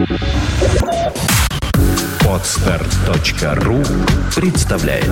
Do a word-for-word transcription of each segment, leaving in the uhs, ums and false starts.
Подстер точка ру представляет.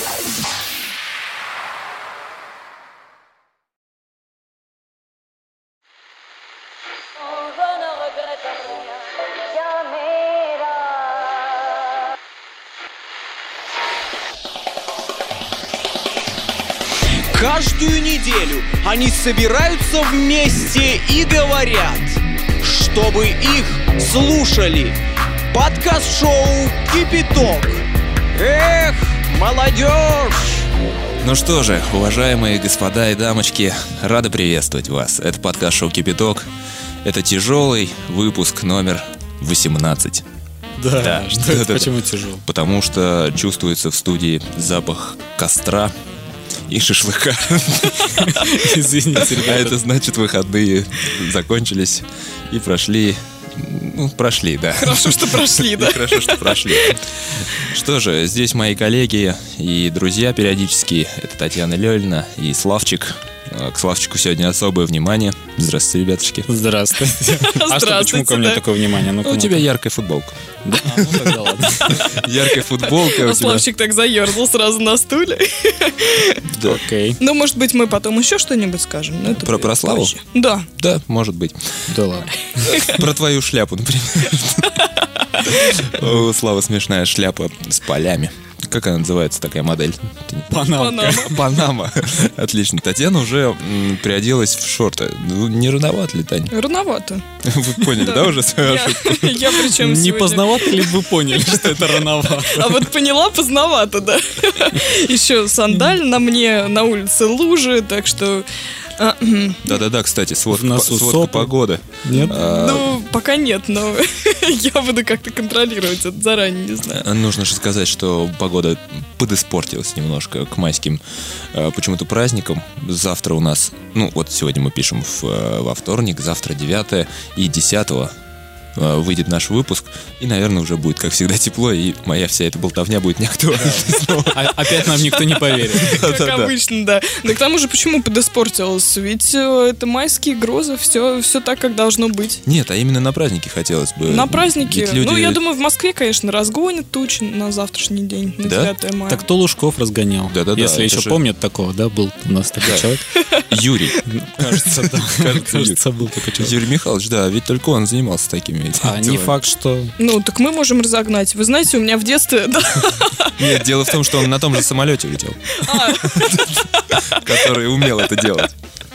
Каждую неделю они собираются вместе и говорят, чтобы их слушали. Подкаст-шоу «Кипяток». Эх, молодежь! Ну что же, уважаемые господа и дамочки, рады приветствовать вас. Это подкаст-шоу «Кипяток». Это тяжелый выпуск номер восемнадцать. Да, да что да, это, да, почему да. тяжело? Потому что чувствуется в студии запах костра и шашлыка. Извините, ребята. А это значит, выходные закончились и прошли. Ну, прошли, да. Хорошо, что прошли, да. Хорошо, что прошли. Что же, здесь мои коллеги и друзья периодически. Это Татьяна Лёльна и Славчик. К Славчику сегодня особое внимание. Здравствуйте, ребятушки. Здравствуйте. А что, почему ко мне такое внимание? У тебя яркая футболка. Да, ну тогда ладно. Яркая футболка. А Славчик так заерзал сразу на стуле. Да. Окей. Ну, может быть, мы потом еще что-нибудь скажем. Про, про Славу? Да. Да, может быть. Да ладно. Про твою шляпу, например. У Славы смешная шляпа с полями. Как она называется, такая модель? Панамка. Панама. Отлично. Татьяна уже м, приоделась в шорты. Ну, не рановато ли, Таня? Рановато. Вы поняли, да, уже свою ошибку? Я причем Не поздновато ли вы поняли, что это рановато? А вот поняла, поздновато, да. Еще сандаль на мне, на улице лужи, так что... Да-да-да, кстати, сводка, В носу сводка сопы. погоды. Нет? А, Ну, пока нет, но я буду как-то контролировать это заранее, не знаю. Нужно же сказать, что погода подиспортилась немножко к майским э, почему-то праздникам. Завтра у нас, ну вот сегодня мы пишем в, э, во вторник, завтра девятое и десятого э, выйдет наш выпуск. И, наверное, уже будет, как всегда, тепло, и моя вся эта болтовня будет неактуальна снова. А- Опять нам никто не поверит. Как обычно, да. Да к тому же, почему подиспортилось? Ведь э, это майские грозы, все, все так, как должно быть. Нет, а именно на праздники хотелось бы. На праздники, Ведь люди- ну, я думаю, в Москве, конечно, разгонят тучи на завтрашний день, на Да? девятое мая. Так кто Лужков разгонял? Да-да-да, Если это еще же- помнят такого, да, был у нас такой Да. человек. Юрий. Кажется, да. Кажется, Кажется, был такой человек. Юрий Михайлович, да, ведь только он занимался такими этими А не делами. факт, что... Ну, так мы можем разогнать. Вы знаете, у меня в детстве... да, Нет, дело в том, что он на том же самолете летел, который умел это делать.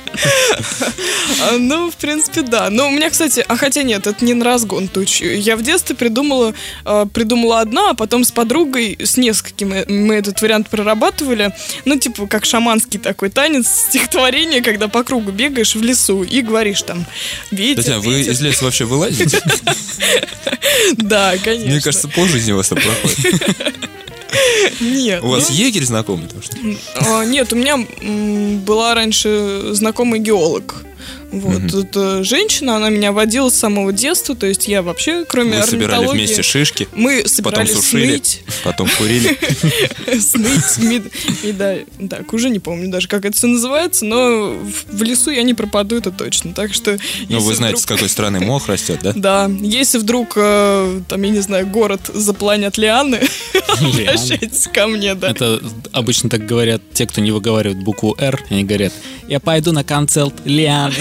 а, Ну, в принципе, да. Но у меня, кстати... А хотя нет, это не на разгон туч. Я в детстве придумала, э, придумала одна, а потом с подругой, с несколькими мы этот вариант прорабатывали. Ну, типа, как шаманский такой танец, стихотворение, когда по кругу бегаешь в лесу и говоришь там... Ветер, Татьяна, вы ветер. из леса вообще вылазите? Да, конечно. Мне кажется, полжизни у вас там проходит. Нет. У вас ну, егерь знакомый? Потому что... а, Нет, у меня м, была раньше знакомый геолог. Вот, Мгм. это женщина, она меня водила с самого детства, то есть я вообще, кроме Вы собирали орнитологии, вместе шишки, мы потом собирались сушили, сныть, потом курили. сныть, мед- и да, так, уже не помню даже, как это все называется, но в, в лесу я не пропаду, это точно, так что... Ну, если вы знаете, с вдруг- какой стороны мох растет, да? Да, если вдруг, э, там, я не знаю, город запланят лианы, обращайтесь ко мне, да. Это обычно так говорят те, кто не выговаривает букву «Р». Они говорят: я пойду на концерт Лианы.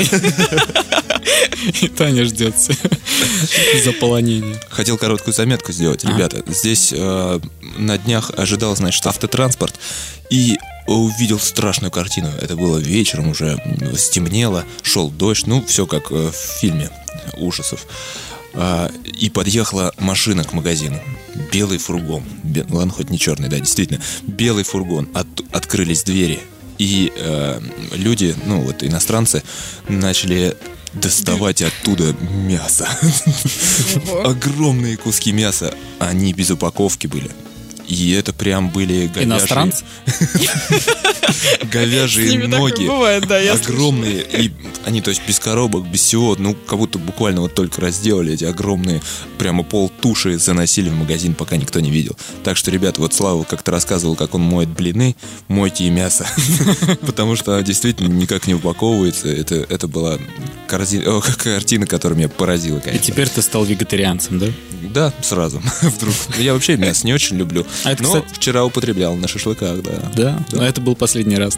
И Таня ждет заполонения. Хотел короткую заметку сделать, А. ребята. Здесь э, на днях ожидал, значит, автотранспорт и увидел страшную картину. Это было вечером уже, м, стемнело, шел дождь, ну, все как э, в фильме ужасов. А, и подъехала машина к магазину. Белый фургон. Бе- ладно, хоть не черный, да, действительно. Белый фургон. От- открылись двери. И э, люди, ну вот иностранцы, начали доставать оттуда мясо. Ого. Огромные куски мяса. Они без упаковки были. И это прям были говяжьи... Иностранцы? С Говяжьи ними такое ноги. бывает, да, я Огромные. И они, то есть, без коробок, без всего. Ну, как будто буквально вот только разделали эти огромные, прямо пол туши заносили в магазин, пока никто не видел. Так что, ребят, вот Слава как-то рассказывал, как он моет блины, мойте и мясо. Потому что действительно никак не упаковывается. Это, это была корзи... О, картина, которая меня поразила, конечно. И теперь ты стал вегетарианцем, да? Да, сразу, вдруг. Я вообще мясо не очень люблю. А это, но кстати... вчера употреблял на шашлыках, да. Да? Да. Но это был последний раз.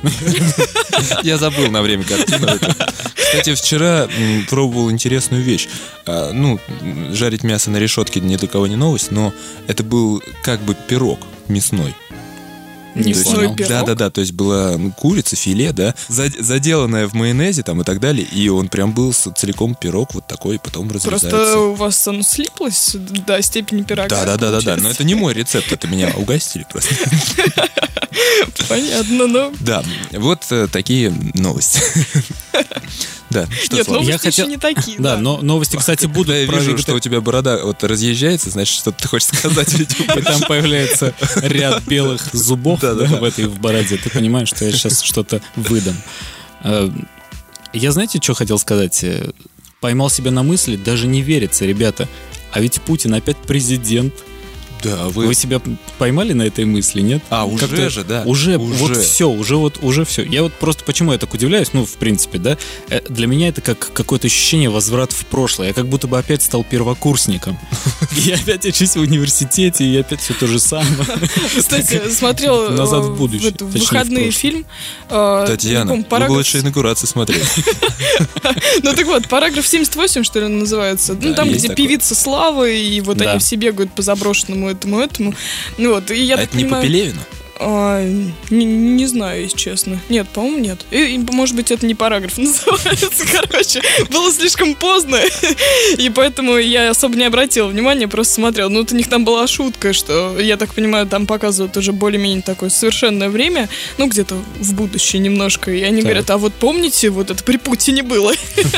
Я забыл на время картину. Кстати, вчера пробовал интересную вещь. Ну, жарить мясо на решетке ни для кого не новость, но это был как бы пирог мясной. Не Мясной понял. пирог? Да-да-да, то есть была ну, курица, филе, да, зад- заделанная в майонезе там и так далее, и он прям был с- целиком пирог вот такой, и потом разрезается. Просто у вас оно слиплось до степени пирога. Да-да-да-да, но это не мой рецепт, это меня угостили просто. Понятно, но... Да, вот э, такие новости. Да, что, Нет, Слава? новости Я хотел- еще не такие. Да, но новости, кстати, будут Я про вижу, вегета- что у тебя борода вот разъезжается, значит, что ты хочешь сказать, видимо. И там появляется ряд белых зубов да, Да-да-да. в этой в бороде. Ты понимаешь, что я сейчас что-то выдам. Э, Я, знаете, что хотел сказать? Э, Поймал себя на мысли, даже не верится, ребята. А ведь Путин опять президент. Да, Вы себя поймали на этой мысли, нет? А, уже Как-то же, да. Уже, Уже. вот все, уже вот, уже все. Я вот просто почему я так удивляюсь, ну, в принципе, да, э, для меня это как какое-то ощущение возврат в прошлое. Я как будто бы опять стал первокурсником. И я опять учусь в университете, и опять все то же самое. Кстати, смотрел Назад э, в будущее, это, в точнее, в выходные прошлое. фильм. э, Татьяна, не помню, вы бы параграф- лучше инаугурацию смотрели. Ну так вот, параграф семьдесят восемь, что ли, называется. Ну Да, там, есть где такое. певица Славы, и вот Да. они все бегают по заброшенному этому, этому. Ну вот, и я А так это не по понимаю... Пелевину? а, не, не знаю, если честно. Нет, по-моему, нет. И, и, может быть, это не параграф называется. Короче, было слишком поздно, и поэтому я особо не обратила внимания, просто смотрел. Ну, вот у них там была шутка, что, я так понимаю, там показывают уже более-менее такое совершенное время, ну, где-то в будущее немножко. И они Так. говорят, а вот помните, вот это при Путине было?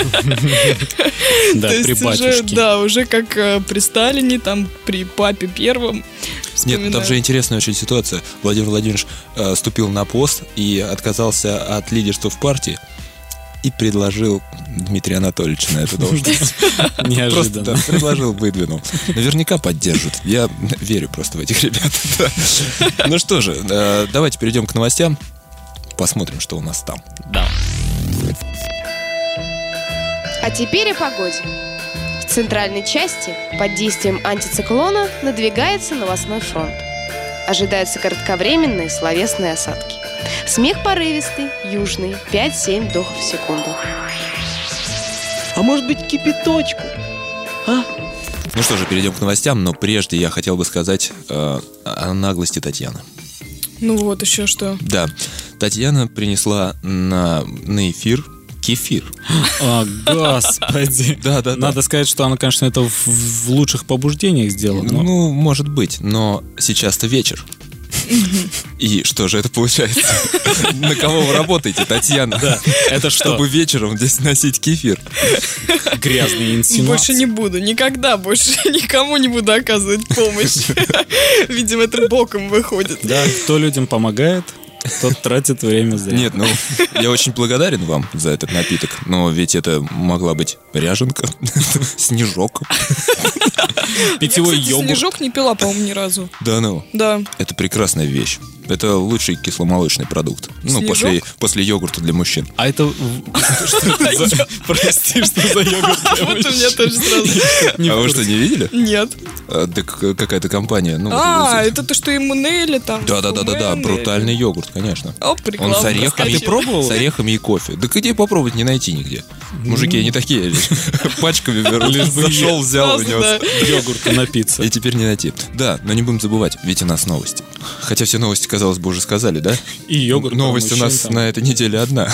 Да, То есть при уже, батюшке. да, уже как э, при Сталине, там, при папе первом. Нет, ну там Вспоминаю. же интересная очень ситуация. Владимир Владимирович э, ступил на пост и отказался от лидерства в партии и предложил Дмитрия Анатольевича на эту должность. Просто Неожиданно. да, предложил, выдвинул. Наверняка поддержат. Я верю просто в этих ребят. Да. Ну что же, э, давайте перейдем к новостям. Посмотрим, что у нас там. Да. А теперь о погоде. В центральной части под действием антициклона надвигается новостной фронт. Ожидаются кратковременные словесные осадки. Смех порывистый, южный, пять-семь вдохов в секунду. А может быть, кипяточку? А? Ну что же, перейдем к новостям, но прежде я хотел бы сказать э, о наглости Татьяны. Ну вот, еще что. Да, Татьяна принесла на, на эфир кефир. О, господи. Да, да, да. Надо сказать, что она, конечно, это в, в лучших побуждениях сделала. но- Ну, может быть, но сейчас-то вечер. И что же это получается? На кого вы работаете, Татьяна? Да. Это что? Чтобы вечером здесь носить кефир. Грязные инсинуации. Больше не буду, никогда больше никому не буду оказывать помощь. Видимо, это боком выходит. Да, кто людям помогает, тот тратит время зря. Нет, ну, я очень благодарен вам за этот напиток, но ведь это могла быть ряженка, снежок. Питьевой Я, кстати, йогурт. снежок не пила, по-моему, ни разу. Да ну, Да. это прекрасная вещь. Это лучший кисломолочный продукт. Ну, Снежок? после, после йогурта для мужчин. А это... в- Что это за... Прости, что за йогурт? для Вот у меня мужчин? тоже сразу. Не А в вы курсе. что, не видели? Нет. А, так э, какая-то компания. Ну, А, вот, это то, что Эммануэли там. Да-да-да-да-да, Эммануэли. брутальный йогурт, конечно. Оп, Он реклама с орехами. проскочила. А ты пробовал? С орехами и кофе. Да где попробовать не найти нигде. Мужики, они такие. Пачками берут. Лишь бы Зашел, взял, Сразу, унес. да. Йогурта напиться. И теперь не найти. Да, но не будем забывать, ведь у нас новости. Хотя все новости, казалось бы, уже сказали, да? И йогурт. Новость у мужчин нас там. на этой неделе одна.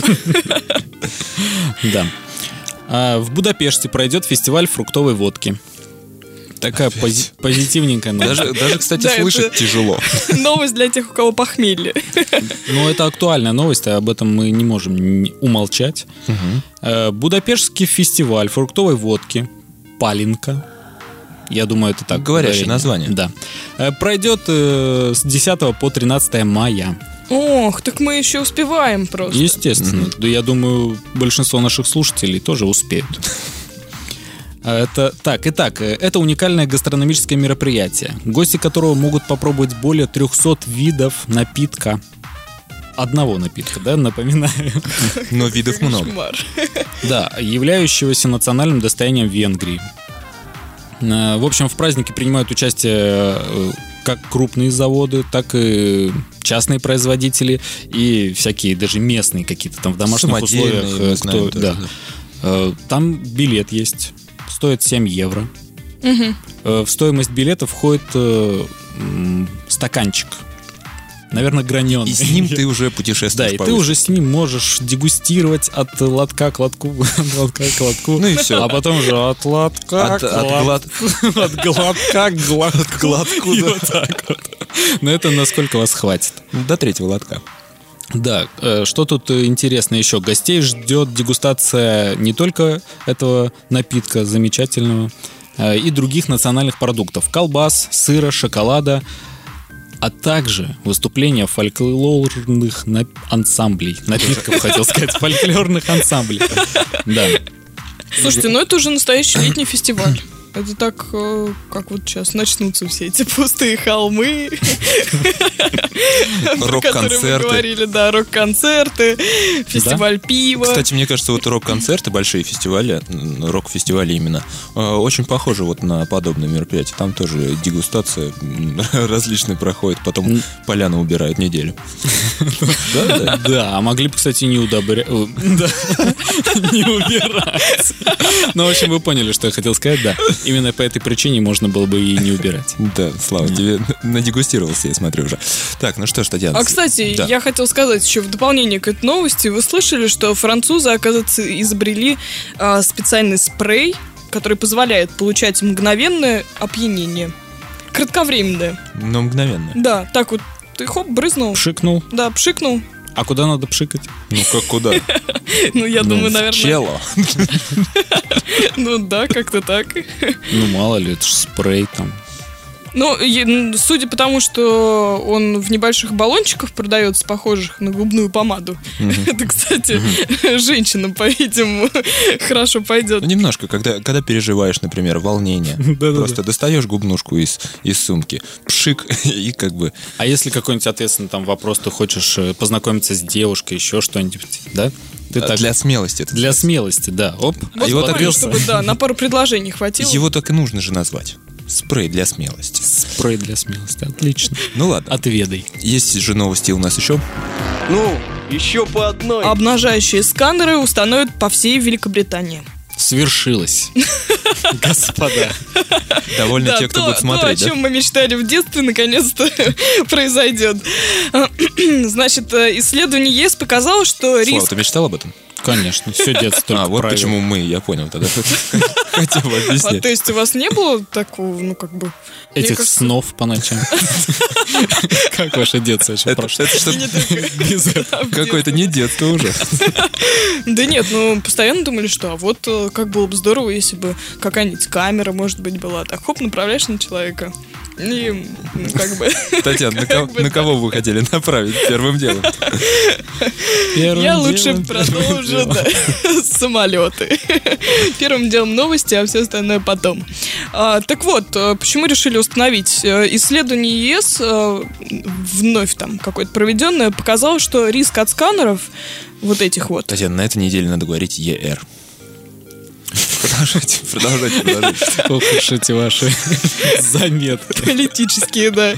Да. А, в Будапеште пройдет фестиваль фруктовой водки. Такая пози- позитивненькая новость. Даже, даже, кстати, Да, слышать это- тяжело. Новость для тех, у кого похмелье. Но это актуальная новость, а об этом мы не можем не умолчать. Э, Будапештский фестиваль фруктовой водки «Паленка». Я думаю, это так. Говорящее ударение. название. Да. Э, Пройдет э, с десятого по тринадцатое мая. Ох, так мы еще успеваем просто. Естественно. Да, я думаю, большинство наших слушателей тоже успеют. Это, так, итак, это уникальное гастрономическое мероприятие, гости которого могут попробовать более трехсот видов напитка. Одного напитка, да, напоминаю. Но видов много. Кошмар. Да, являющегося национальным достоянием Венгрии. Э, В общем, в празднике принимают участие э, как крупные заводы, так и частные производители и всякие даже местные какие-то там в домашних Самодельные, условиях. мы э, знаем Кто, тоже, да. да. Э, Там билет есть, стоит семь евро. Мгм. Э, В стоимость билета входит э, м, стаканчик. Наверное, граненый. И с ним ты уже Да, путешествуешь и по ты выставке. уже с ним можешь дегустировать от лотка к лотку, от лотка к лотку. Ну и всё. А потом уже от лотка От- к от лот- от глотка к глотку. глотку, И да. вот так вот. Но это насколько вас хватит. До третьего лотка. Да, э, что тут э, интересно еще? Гостей ждет дегустация не только этого напитка замечательного, э, и других национальных продуктов. Колбас, сыра, шоколада, а также выступления фольклорных нап- ансамблей. Напитков, хотел сказать, фольклорных ансамблей. Да. Слушайте, ну это уже настоящий летний фестиваль. Это так, э, как вот сейчас начнутся все эти пустые холмы, про которые мы Рок-концерты. говорили, да, рок-концерты, фестиваль пива. Кстати, мне кажется, вот рок-концерты, большие фестивали, м, рок-фестивали именно, э, очень похожи вот на подобные мероприятия. Там тоже дегустация м, различные проходит, потом поляну убирают неделю. Да, да. Да, а могли бы, кстати, не удобрять. Не убирать. Ну, в общем, вы поняли, что я хотел сказать, да. Именно по этой причине можно было бы и не убирать. Да, Слава, тебе надегустировался, я смотрю уже. Так, ну что ж, Татьяна. А, кстати, да. я хотел сказать еще в дополнение к этой новости. Вы слышали, что французы, оказывается, изобрели а, специальный спрей, который позволяет получать мгновенное опьянение. Кратковременное. Но мгновенно. Да, так вот ты хоп, брызнул. Пшикнул. Да, пшикнул. А куда надо пшикать? Ну как куда? Ну, я Ну, думаю, в наверное... чело. Ну да, как-то так. Ну, мало ли, это же спрей там. Ну, е- н- судя по тому, что он в небольших баллончиках продается, похожих на губную помаду. Это, кстати, женщинам, по-видимому, хорошо пойдет. Ну, немножко, когда, когда переживаешь, например, волнение, Да-да-да. просто достаешь губнушку из, из сумки, пшик, и как бы... А если какой-нибудь ответственный там вопрос, ты хочешь э, познакомиться с девушкой, еще что-нибудь, да? Ты а, так- Для смелости. это Для называется. смелости, да. Оп, Вот его так буквально, и- чтобы, да, на пару предложений хватило. Его так и нужно же назвать. Спрей для смелости. спрей для смелости. Отлично. Ну ладно. Отведай. Есть же новости у нас еще. Ну, еще по одной. Обнажающие сканеры установят по всей Великобритании. Свершилось. Господа. Довольны Да, те, кто то, будет смотреть, то, о да? чем мы мечтали в детстве, наконец-то произойдет. Значит, э, исследование ЕС показало, что Слава, риск... ты мечтал об этом? Конечно, все детство только А, вот правил. почему мы, я понял тогда. Хотел бы А, объяснить. то есть у вас не было такого, ну, как бы... мне Этих кажется, снов по ночам. Как ваше детство еще Это прошло? это что не только- Без этого. какое-то не детство уже. Да нет, ну, постоянно думали, что а вот э, как было бы здорово, если бы какая-нибудь камера, может быть, была. Так, хоп, направляешь на человека. И, ну, как бы... Татьяна, на кого- Как бы на да. кого вы хотели направить первым делом? Первым Я лучше делом, продолжу, первым да, самолеты. Первым делом новости, а все остальное потом. А, так вот, э, почему решили установить? Э, Исследование ЕС, э, вновь там какое-то проведенное, показало, что риск от сканеров, вот этих вот, Татьяна, на этой неделе надо говорить ЕР. Продолжайте, продолжайте, продолжайте. Ох уж эти ваши заметки. политические, да.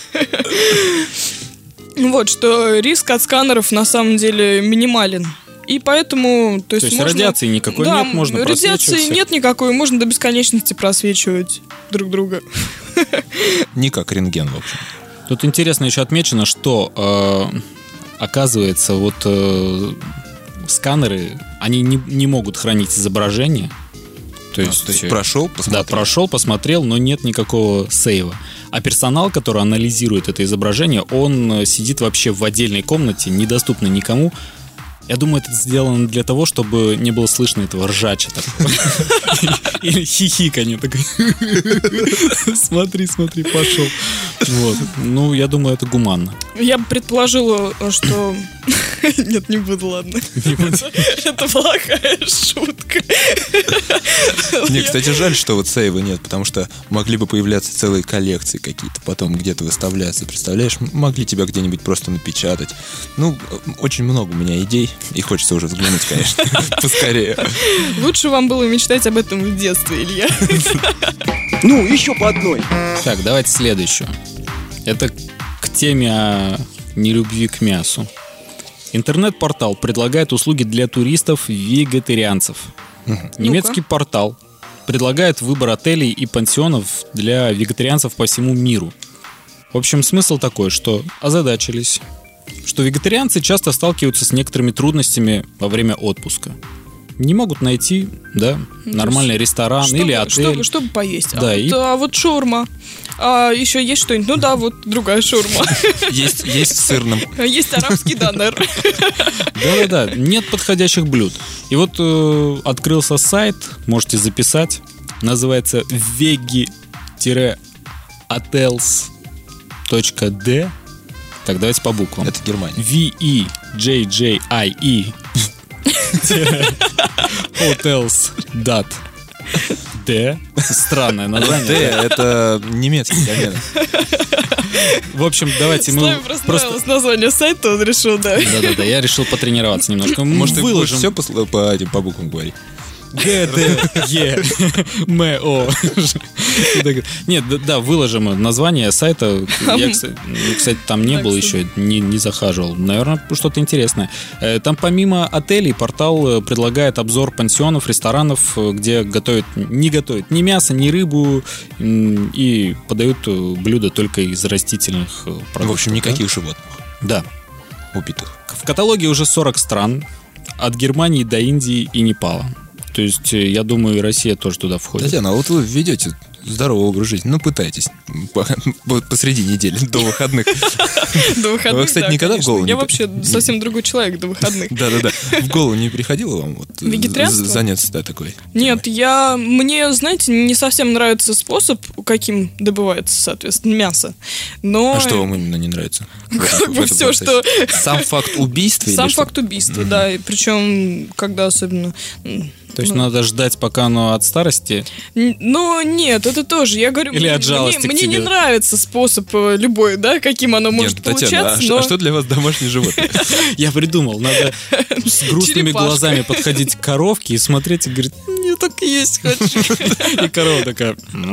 Вот, что риск от сканеров на самом деле минимален. И поэтому... То есть, То есть можно- радиации никакой Да, нет, можно радиации просвечивать всех. нет никакой, можно до бесконечности просвечивать друг друга. Не как рентген, в общем. Тут интересно еще отмечено, что э, оказывается, вот э, сканеры, они не, не могут хранить изображение. То есть, А, то есть прошел, да, посмотрел. прошел, посмотрел, но нет никакого сейва. А персонал, который анализирует это изображение, он э, сидит вообще в отдельной комнате, недоступной никому. Я думаю, это сделано для того, чтобы не было слышно этого ржача такого. Или хихиканье такое. Смотри, смотри, пошел. Вот. Ну, я думаю, это гуманно. Я бы предположила, что... Нет, не буду, ладно. Это плохая шутка. Мне, кстати, жаль, что вот сейва нет, потому что могли бы появляться целые коллекции какие-то, потом где-то выставляться, представляешь? Могли тебя где-нибудь просто напечатать. Ну, очень много у меня идей, и хочется уже взглянуть, конечно, поскорее. Лучше вам было мечтать об этом в детстве, Илья. Ну, еще по одной. Так, давайте следующую. Это к теме о нелюбви к мясу. Интернет-портал предлагает услуги для туристов-вегетарианцев. Немецкий портал предлагает выбор отелей и пансионов для вегетарианцев по всему миру. В общем, смысл такой, что озадачились, что вегетарианцы часто сталкиваются с некоторыми трудностями во время отпуска. Не могут найти, да, нормальный ресторан Чтобы- или отель. Чтобы, чтобы поесть. Да, а, и- вот, а вот шаурма. А еще есть что-нибудь? Ну да, вот другая шаурма. Есть, есть в сырном. Есть арабский донер. Да-да-да, нет подходящих блюд. И вот э, открылся сайт, можете записать. Называется vegi-hotels точка ди. Так, давайте по буквам. Это Германия. V-E-J-J-I-E hotels точка ди. Странное Д название. это немецкий домен. В общем, давайте мы Славе просто просто... нравилось название сайта, он решил, да. Да-да-да, я решил потренироваться немножко. Мы Может, ты будешь выложим. все по, сл- по этим по буквам говорить? Г, Д, Е, М, О. Нет, да, да, выложим название сайта. Я, кстати, ну, кстати, там не Да, был кстати. еще, не, не захаживал. Наверное, что-то интересное. Э, Там помимо отелей портал э, предлагает обзор пансионов, ресторанов, э, где готовят, не готовят ни мясо, ни рыбу м, и подают э, блюда только из растительных э, продуктов. В общем, никаких животных Да. убитых. В каталоге уже сорок стран, от Германии до Индии и Непала. То есть, э, я думаю, и Россия тоже туда входит. Татьяна, а вот вы ведете здоровый образ жизни. Ну, пытайтесь. По- по- Посреди недели, до выходных. До выходных, Вы, кстати, да, никогда в конечно. голову не Я при- вообще совсем другой человек до выходных. Да-да-да. В голову не приходило вам вот Вегетарианство? з- заняться, да, такой? Нет, я... Мне, знаете, не совсем нравится способ, каким добывается, соответственно, мясо. Но... А что вам именно не нравится? в этом- Как в бы этом все, процессе? что... Сам факт убийства? Сам или что? факт убийства, да. И причем, когда особенно... м, То есть ну, надо ждать, пока оно от старости. н- Ну, нет, это тоже. Я говорю, Или мне- от жалости мне, к мне не тебе. нравится способ э, любой, да, каким оно может Нет, Татьяна, а получаться, ш- но... а что для вас домашнее животное? Я придумал, надо с грустными Черепашка. глазами подходить к коровке и смотреть и говорить, Я так есть хочу. и корова такая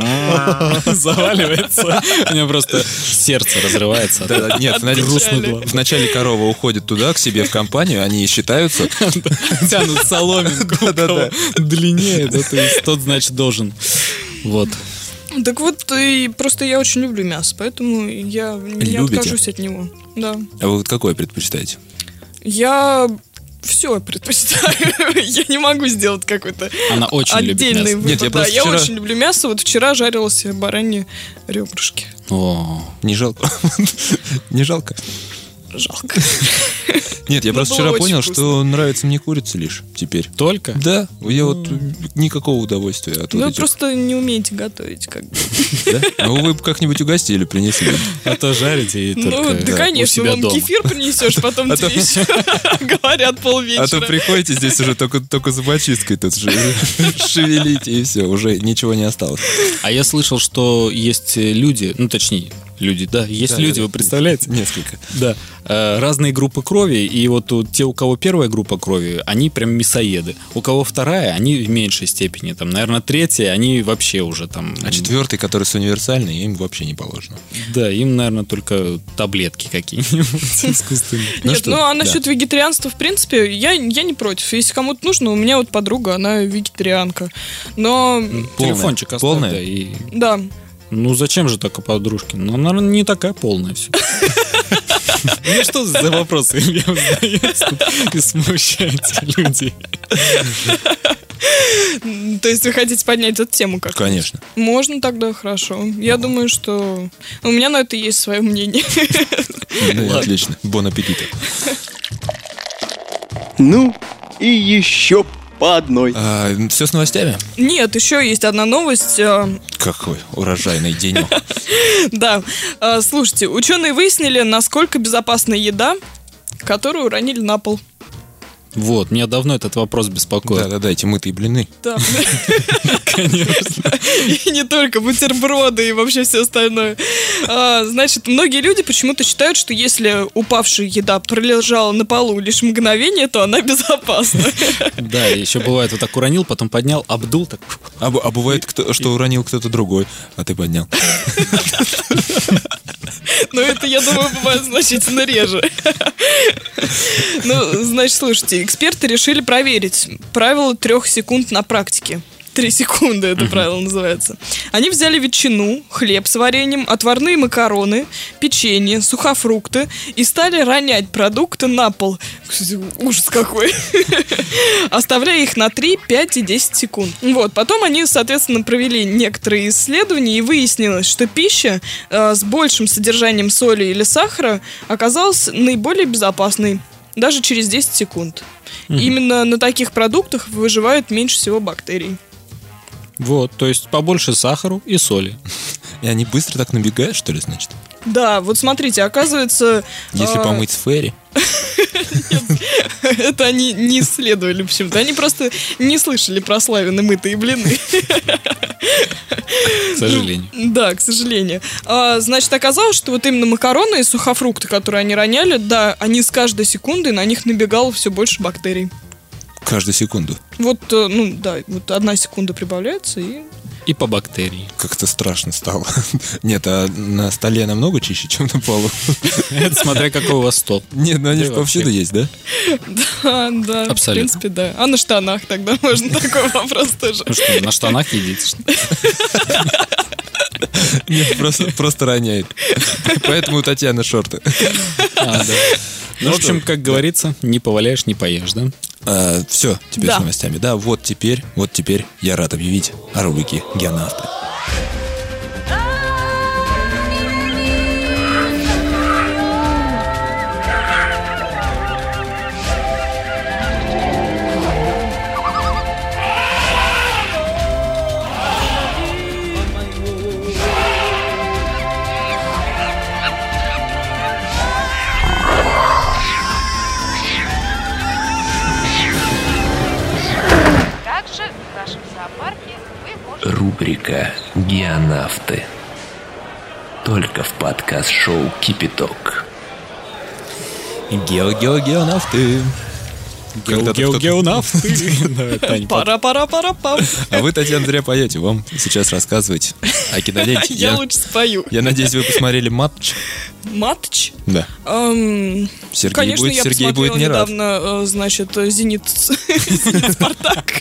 заваливается. У меня просто сердце разрывается. от Да, нет, От знаете, печали. грустно. Вначале корова уходит туда, к себе в компанию, они считаются. Тянут соломинку, у Да-да-да. кого длиннее, да, то есть тот, значит, должен. Вот. Так вот, и просто я очень люблю мясо, поэтому я не Любите? откажусь от него. Да. А вы вот какое предпочитаете? Я все предпочитаю. Я не могу сделать какой-то Она очень любит отдельный мясо. выбор. Нет, я Да, просто я вчера- очень люблю мясо. Вот вчера жарила себе бараньи ребрышки. О, Не жалко? Не жалко? Жалко. Нет, я Ну, просто было вчера очень понял, вкусно. что нравится мне курица лишь теперь. только? Да, я вот никакого удовольствия от Ну, вот вы этих. просто не умеете готовить, как бы. Да? Ну, вы бы как-нибудь угостили, принесли. А то жарите и Ну, только да, у конечно, себя вам дома. кефир принесешь, потом А то- тебе еще говорят А то полвечера. приходите здесь уже только, только зубочисткой тут же шевелите, и все, уже ничего не осталось. А я слышал, что есть люди, ну точнее, люди, да, есть Да, люди, да, вы представляете? Несколько. Да, э, разные группы крови, и вот у- те, у кого первая группа крови, они прям мясоеды. У кого вторая, они в меньшей степени, там, наверное, третья, они вообще уже там... А четвертый, который с универсальный, им вообще не положено. Да, им, наверное, только таблетки какие-нибудь искусственные. Ну Нет, что, ну а да. насчет вегетарианства, в принципе, я, я не против. Если кому-то нужно, у меня вот подруга, она вегетарианка. Но, Полная? Телефончик оставь, Полная? да, и... да, Ну, зачем же так о подружке? Ну, наверное, не такая полная все. Ну, что за вопросы, Илья, вы задаете тут и смущаете людей? то есть вы хотите поднять эту тему как? Конечно. Можно тогда, хорошо. Я думаю, что у меня на это есть свое мнение. Ну, и отлично. Бон аппетита. Ну, и еще по одной. А, все с новостями? Нет, еще есть одна новость. э, Какой урожайный денек. Да, э, слушайте, ученые выяснили, насколько безопасна еда, которую уронили на пол. Вот, меня давно этот вопрос беспокоит. Да-да-да, эти мытые блины. Да. Конечно. И не только бутерброды и вообще все остальное. А, значит, многие люди почему-то считают, что если упавшая еда пролежала на полу лишь мгновение, то она безопасна. Да, еще бывает, вот так уронил, потом поднял, обдул, так... А, б- а бывает, кто, что уронил кто-то другой, а ты поднял. Но это, я думаю, бывает значительно реже. Ну, значит, слушайте, эксперты решили проверить правило трех секунд на практике. Три секунды это правило называется. Они взяли ветчину, хлеб с вареньем, отварные макароны, печенье, сухофрукты и стали ронять продукты на пол. Ужас какой. Оставляя их на три, пять и десять секунд. Вот, потом они, соответственно, провели некоторые исследования и выяснилось, что пища э, с большим содержанием соли или сахара оказалась наиболее безопасной. Даже через десять секунд. Именно на таких продуктах выживает меньше всего бактерий. Вот, то есть побольше сахару и соли. И они быстро так набегают, что ли, значит? Да, вот смотрите, оказывается... Если а, помыть с ферри. Это они не исследовали почему-то. Они просто не слышали про славяны мытые блины. К сожалению. Ну, да, к сожалению. А, значит, оказалось, что вот именно макароны и сухофрукты, которые они роняли, да, они с каждой секундой на них набегало все больше бактерий. Каждую секунду. Вот, э, ну да, вот одна секунда прибавляется и... И по бактерии. Как-то страшно стало. Нет, а на столе намного чище, чем на полу. Это смотря какой у вас стол. Нет, ну они Да же и повсюду вообще. есть, да? Да, да, Абсолютно. в принципе, да. А на штанах тогда можно такой вопрос тоже. Ну что, на штанах едите? что ли? Нет, просто, просто роняет. Поэтому у Татьяны шорты. А, да. Ну, в общем, как говорится, не поваляешь, не поешь, да? А, все, теперь Да. с новостями. Да, вот теперь, вот теперь я рад объявить о рубрике «Геонавты». Также в нашем зоопарке вы можете... Рубрика «Геонавты». Только в подкаст-шоу «Кипяток». Гео-гео-геонавты. Когда-то кто-то- Геогеонавты. Да, Тань, Пара-пара-пара-пам. А вы, Татьяна, зря поете. Вам сейчас рассказывать о киноленте. Я лучше спою. Я надеюсь, вы посмотрели матч. Матч? Да. Эм, Сергей Конечно, будет, я Сергей посмотрела будет не рад. недавно, э, значит, э, «Зенит» «Зенит Спартак».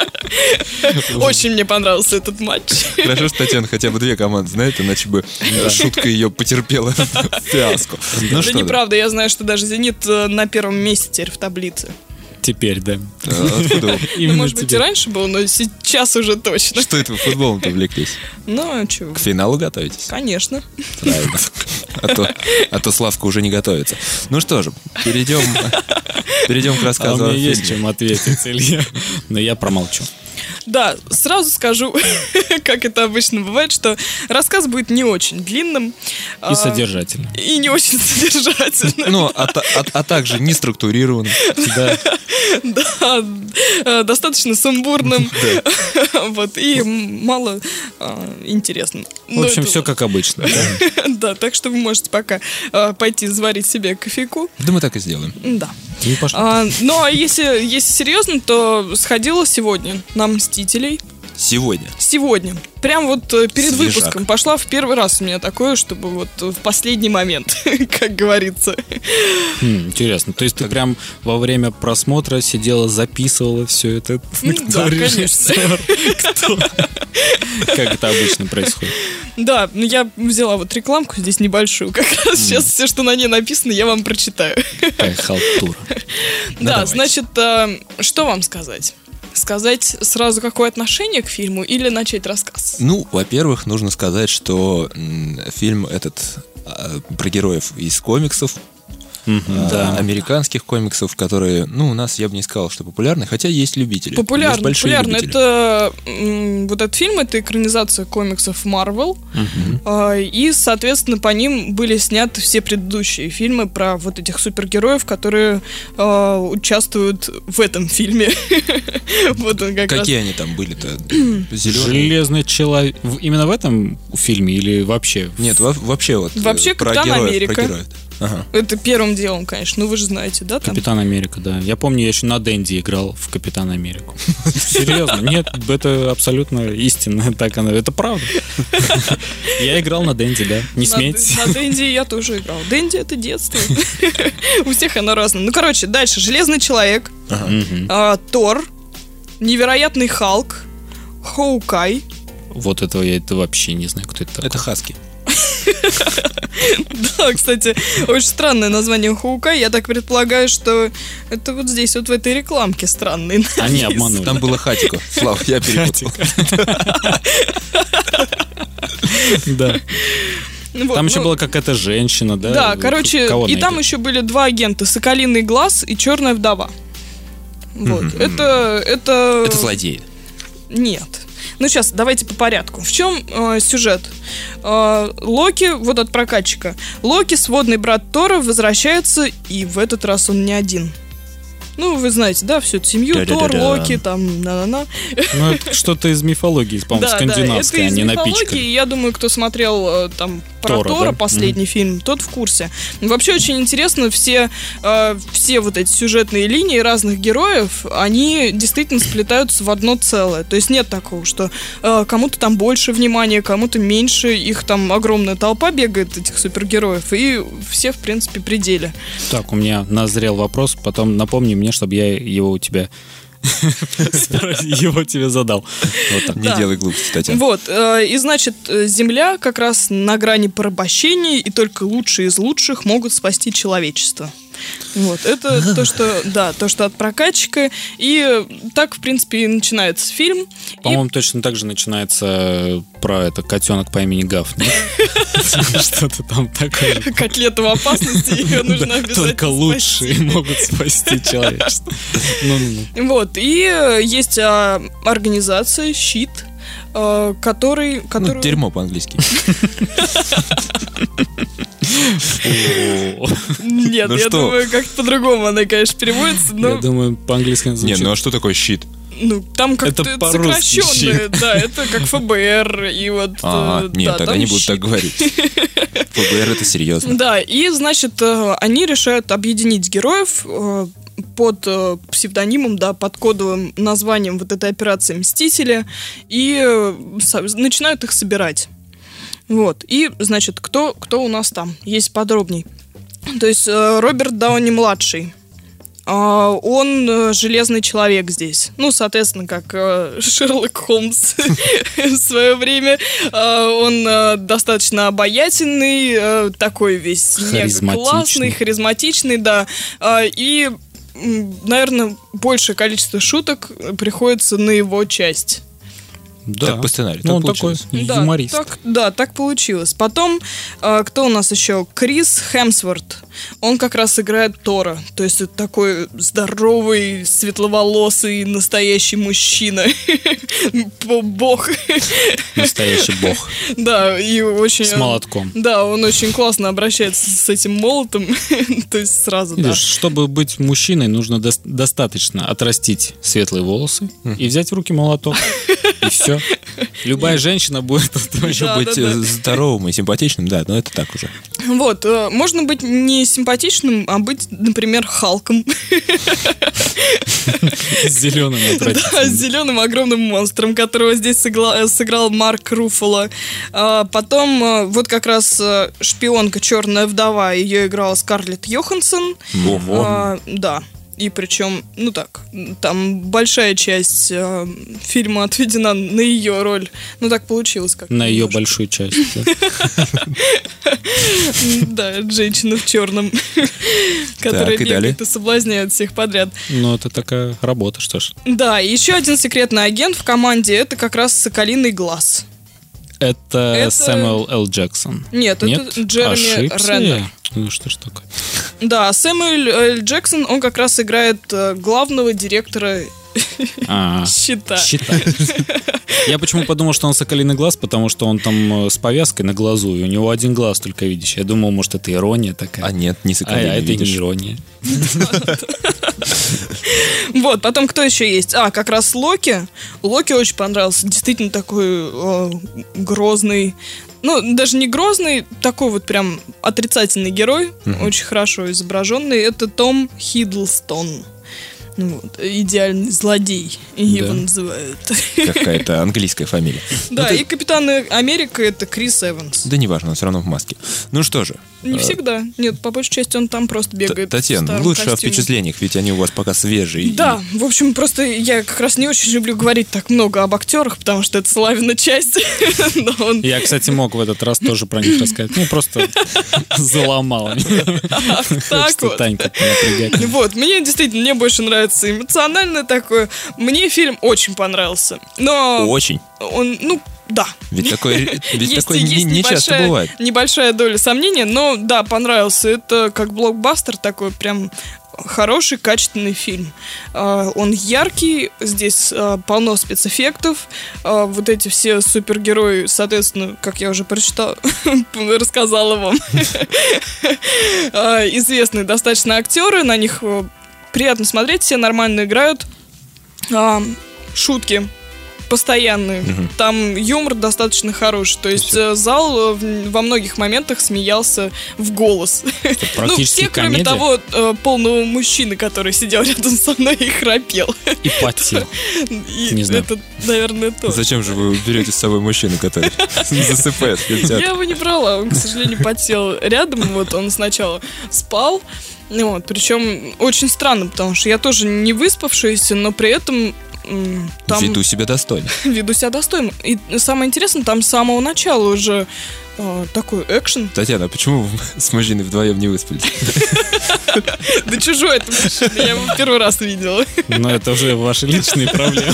Очень мне понравился этот матч. Хорошо, что Татьяна хотя бы две команды знает, иначе бы шутка ее потерпела фиаско. Ну Это что, да. неправда, я знаю, что даже «Зенит» э, на первом месте теперь в таблице. Теперь, да. А откуда вы? Ну, Именно может быть, и теперь. раньше был, но сейчас уже точно. Что это вы футболом-то увлеклись? Ну, а чего? К финалу готовитесь? Конечно. Правильно. А то, а то Славка уже не готовится. Ну что же, перейдем, перейдем к А у рассказу о меня есть фильме. чем ответить, Илья. Но я промолчу. Да, сразу скажу, как это обычно бывает, что рассказ будет не очень длинным. И а, содержательно. И не очень содержательным. Ну, а, та- а- а также не структурирован. Да. Да, э, достаточно сумбурным. Вот, и м- мало а, интересным. В общем, все как обычно. да. Да, так что вы можете пока а, пойти заварить себе кофейку. Да мы так и сделаем. Да. Ну, пошли. А, ну, а если, если серьезно, то сходила сегодня на «Мстителей». Сегодня. Сегодня. Прям вот э, перед Свежак. выпуском. Пошла в первый раз у меня такое, чтобы вот в последний момент, как говорится. Хм, интересно. То есть ты прям во время просмотра сидела, записывала все это? Ну, Кто да, режиссер? Кто? Как это обычно происходит? Да, ну я взяла вот рекламку здесь небольшую. Как раз сейчас все, что на ней написано, я вам прочитаю. Какая халтура. Да, давайте. значит, э, что вам сказать? Сказать сразу, какое отношение к фильму или начать рассказ? Ну, во-первых, нужно сказать, что м, фильм этот а, про героев из комиксов. а, да. американских комиксов, которые, ну, у нас, я бы не сказал, что популярны, хотя есть любители. Популярно, есть большие популярно. любители. Это м, вот этот фильм, это экранизация комиксов Marvel, а, и, соответственно, по ним были сняты все предыдущие фильмы про вот этих супергероев, которые а, участвуют в этом фильме. Вот он как раз. Какие они там были-то? Зеленые? Железный человек. В- Именно в этом фильме или вообще? Нет, во- вообще вот э, Вообще про Капитан героев, Америка. про героев. Ага. Это первым делом, конечно. Ну, вы же знаете, да? Там? Капитан Америка, да. Я помню, я еще на Дэнди играл в Капитан Америку. Серьезно, нет, это абсолютно истинно, так оно, это правда. Я играл на Дэнди, да, не На- смейтесь. На Дэнди я тоже играл. Дэнди — это детство. У всех оно разное. Ну, короче, дальше. Железный человек, Мгм. а, Тор, Невероятный Халк, Хоукай. Вот этого я это вообще не знаю, кто это такой. Это Хаски. Да, кстати, очень странное название Хоукай. Я так предполагаю, что это вот здесь, вот в этой рекламке странный. Они обманули. Там было Хатико. Слава, я перепутал. Да. Вот, Там еще ну, была какая-то женщина, да? Да, К- короче, кого и она там играет? еще были два агента: Соколиный глаз и Черная вдова. Вот. Это, это... Это злодей. Нет. Ну, сейчас, давайте по порядку. В чем э, сюжет? Э, Локи, вот от прокатчика. Локи, сводный брат Тора, возвращается, и в этот раз он не один. Ну, вы знаете, да, всю эту семью, Да-да-да-да. Тор, Локи, там, на-на-на. Ну, это что-то из мифологии, по-моему, Да, да, это скандинавской, из они мифологии, напичканы. и я думаю, кто смотрел э, там про Тора, Тора, да? последний фильм, тот в курсе. Вообще очень интересно, все, э, все вот эти сюжетные линии разных героев, они действительно сплетаются в одно целое. То есть нет такого, что э, кому-то там больше внимания, кому-то меньше, их там огромная толпа бегает, этих супергероев, и все, в принципе, при деле. Так, у меня назрел вопрос, потом напомни мне, чтобы я его у тебя его тебе задал. Вот так. Не Да. делай глупости, Татьяна. Вот, э, и значит, э, Земля как раз на грани порабощения, и только лучшие из лучших могут спасти человечество. Вот, это то, что, да, то, что от прокатчика. И э, так, в принципе, и начинается фильм. И По-моему, точно так же начинается про это котенок по имени Гав. нет? Что-то там такое. котлета в опасности, ее нужно обязательно Только лучшие спасти. могут спасти человечество. Ну-ну-ну. Вот, и э, есть а, организация «Щит», э, который... Ну, который... дерьмо по-английски. О, Нет, Ну я что? думаю, как-то по-другому она, конечно, переводится, Я но... думаю, по-английски Не, звучит. ну а что такое щит? Ну, там как-то Это это по-русски сокращенное, да, это как ФБР, и вот... А, э, нет, да, тогда там не буду щит. так говорить. ФБР это серьезно. Да, и, значит, э, они решают объединить героев э, под э, псевдонимом, да, под кодовым названием вот этой операции «Мстители», и э, со- начинают их собирать. Вот, и, значит, кто, кто у нас там? Есть подробней. То есть э, Роберт Дауни-младший. А, Он э, железный человек здесь. Ну, соответственно, как э, Шерлок Холмс в свое время. А, Он э, достаточно обаятельный, э, такой весь мега Харизматичный. классный, харизматичный, да. А, И, наверное, большее количество шуток приходится на его часть. Да. Так по сценарию. Ну, так он такой получилось. Да, юморист. так, да, так получилось. Потом, э, кто у нас еще? Крис Хемсворт. Он как раз играет Тора. То есть это такой здоровый, светловолосый, настоящий мужчина. Бог. Настоящий бог. Да, и очень... С молотком. Да, он очень классно обращается с этим молотом. То есть сразу, да. Видишь, чтобы быть мужчиной, нужно дос- достаточно отрастить светлые волосы и взять в руки молоток. И все. Любая женщина будет... Еще Да, быть да, да. э, здоровым и симпатичным, да, но это так уже. Вот, э, можно быть не симпатичным, а быть, например, Халком. С зеленым Да, с отвратительным. зеленым огромным монстром, которого здесь сыгла- сыграл Марк Руффало. А, Потом, э, вот как раз э, шпионка «Черная вдова», ее играла Скарлетт Йоханссон. Ого. А, Да. И причем, ну так, там большая часть э, фильма отведена на ее роль. Ну так получилось как-то. На ее немножко. большую часть. да. Да, женщина в черном, которая Так, и далее? бегает и соблазняет всех подряд. Ну, это такая работа, что ж. Да, и еще один секретный агент в команде — это как раз Соколиный глаз. Это Это- Сэмюэл Л. Джексон. Нет, Нет? это Джереми Ошибся Реннер. я? Ну, что ж такое? Да, Сэмюэль Л. Джексон, он как раз играет э, главного директора А, Щита. Щита. Я почему подумал, что он Соколиный глаз, потому что он там э, с повязкой на глазу, и у него один глаз только видишь. Я думал, может, это ирония такая. А нет, не А, Соколиный, а это видишь. не ирония. Вот, потом кто еще есть? А, как раз Локи. Локи очень понравился. Действительно такой э, грозный. Ну, даже не грозный, такой вот прям отрицательный герой. Очень хорошо изображенный. Это Том Хиддлстон. Ну, вот, идеальный злодей, его Да. называют. Какая-то английская фамилия. Да, Ну, ты- и Капитан Америка это Крис Эванс. Да неважно, он все равно в маске. Ну что же, Не э, всегда. Нет, по большей части он там просто Т- бегает. в Татьяна, старом лучше о костюме. впечатлениях, ведь они у вас пока свежие. и- Да, в общем, просто я как раз не очень люблю говорить так много об актерах, потому что это Славина часть. Но он- Я, кстати, мог в этот раз тоже про них рассказать. Ну, просто заломал. Ах, так Что вот. Танька напрягает. Вот, мне действительно, мне больше нравится эмоциональное такое. Мне фильм очень понравился. Но Очень. он, ну, да. Ведь такое, ведь Есть- такое есть не, не часто небольшая- бывает. Небольшая доля сомнения, но да, понравился. Это как блокбастер такой прям хороший, качественный фильм. А, Он яркий, здесь а, полно спецэффектов. А, Вот эти все супергерои, соответственно, как я уже прочитала, рассказала вам, а, известные достаточно актеры, на них э, приятно смотреть, все нормально играют. А, Шутки постоянные. Там юмор достаточно хороший. То есть э, зал э, в- во многих моментах смеялся в голос. Ну, Практически все, кроме комедия. того э, полного мужчины, который сидел рядом со мной и храпел. И потел. И Не знаю. это, наверное, то. Зачем же вы берете с собой мужчину, который засыпает в кинотеатре? Я его не брала, он, к сожалению, потел рядом. Вот он сначала спал. Ну Вот, причем очень странно, потому что я тоже не выспавшаяся, но при этом м, там Веду себя достойно. веду себя достойно. И самое интересное, там с самого начала уже э, такой экшен. Татьяна, а почему вы с мужчиной вдвоем не выспались? Да чужой это мужчина, я его первый раз видела. Но это уже ваши личные проблемы.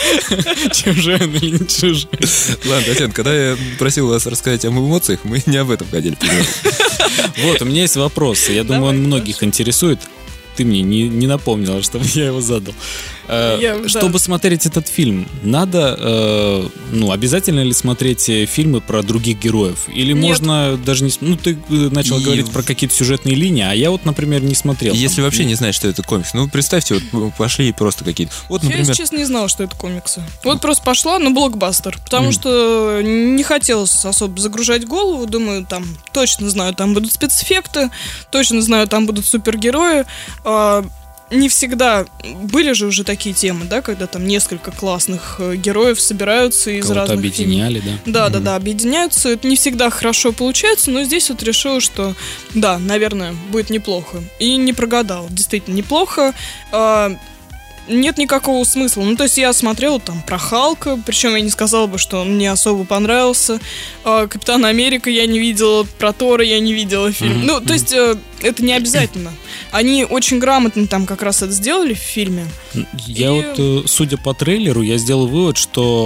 Чужой он или не чужой. Ладно, Татьяна, когда я просил вас рассказать о эмоциях, мы не об этом хотели поговорить. Вот, у меня есть вопрос. Я думаю, Давай, он многих интересует. Ты мне не, не напомнила, чтобы я его задал. Э, Я- да. Чтобы смотреть этот фильм, надо, э, ну, обязательно ли смотреть э, фильмы про других героев? Или Нет. можно даже не... см- Ну, ты э, начал И- говорить про какие-то сюжетные линии, а я вот, например, не смотрел. Если Там, вообще не знаешь, что это комикс, ну представьте, вот пошли просто какие-то. Вот, Я, если например, честно, не знала, что это комиксы. Вот просто пошла на блокбастер, потому что не хотелось особо загружать голову. Думаю, там точно знаю, там будут спецэффекты, точно знаю, там будут супергерои. А, Не всегда были же уже такие темы, да, когда там несколько классных э, героев собираются из кого-то разных фильмов. объединяли, да? Да, да, да, объединяются. Это не всегда хорошо получается, но здесь вот решила, что да, наверное, будет неплохо. И не прогадал. Действительно неплохо. А, Нет никакого смысла. Ну, то есть я смотрела там про Халка, причем я не сказала бы, что он мне особо понравился. А, Капитана Америка я не видела, про Тора я не видела фильм. Мгм, Ну, то есть э, это не обязательно. Они очень грамотно там как раз это сделали в фильме. Я И- вот, э, судя по трейлеру, я сделал вывод,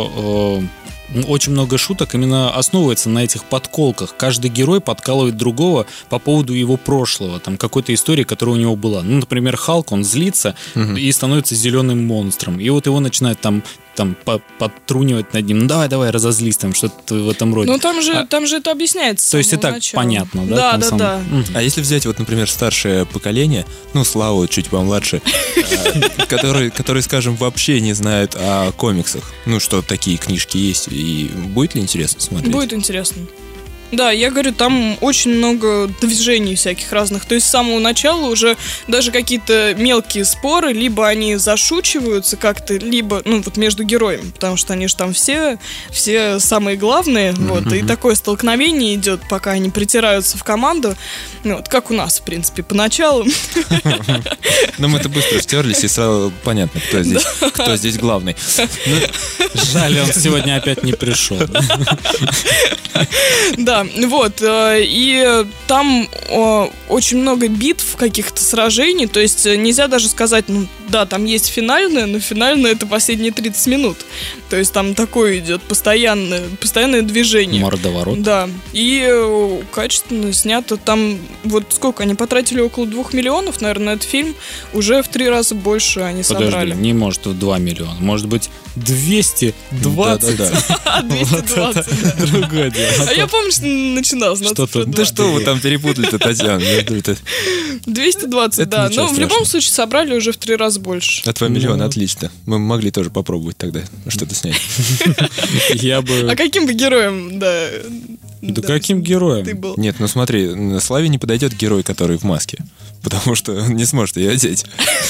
что э, очень много шуток именно основывается на этих подколках. Каждый герой подкалывает другого по поводу его прошлого, там какой-то истории, которая у него была. Ну, например, Халк, он злится и становится зеленым монстром. И вот его начинают там, там по- подтрунивать над ним. Ну, давай, давай, разозлись, там что-то в этом роде. Но там же, А- там же это объясняется. с То есть и самого так начала. понятно, да? Да, там да, сам- да. Мгм. А если взять, вот, например, старшее поколение, ну, Славу чуть помладше, э, который, который, скажем, вообще не знает о комиксах, ну, что такие книжки есть, и будет ли интересно смотреть? Будет интересно. Да, я говорю, там очень много движений всяких разных. То есть с самого начала уже даже какие-то мелкие споры, либо они зашучиваются как-то, либо, ну, вот между героями, потому что они же там все, все самые главные, вот, и такое столкновение идет, пока они притираются в команду, ну, вот, как у нас, в принципе, поначалу. Но мы-то быстро стерлись, и сразу понятно, кто здесь, кто здесь главный. Жаль, он сегодня опять не пришел. Да, вот, э, и там э, очень много битв, каких-то сражений, то есть э, нельзя даже сказать, ну, да, там есть финальная, но финальная это последние тридцать минут. То есть там такое идет постоянное, постоянное движение. Мордоворот. Да. И э, качественно снято. Там вот сколько они потратили, около двух миллионов, наверное, на этот фильм. Уже в три раза больше они Подожди, собрали. не может в два миллиона. Может быть, двести двадцать. Да-да-да. двести двадцать. Другое дело. А я помню, что начинал с Что-то- Да что вы там перепутали-то, Татьяна? Ну, это- двести двадцать, Это да. ничего Но в любом страшного. случае собрали уже в три раза больше. А два миллиона, отлично. Мы могли тоже попробовать тогда что-то снять. Я бы... А каким бы героем, да... Да каким героем? Ты был? Нет, ну смотри, на Славе не подойдет герой, который в маске. Потому что он не сможет ее одеть.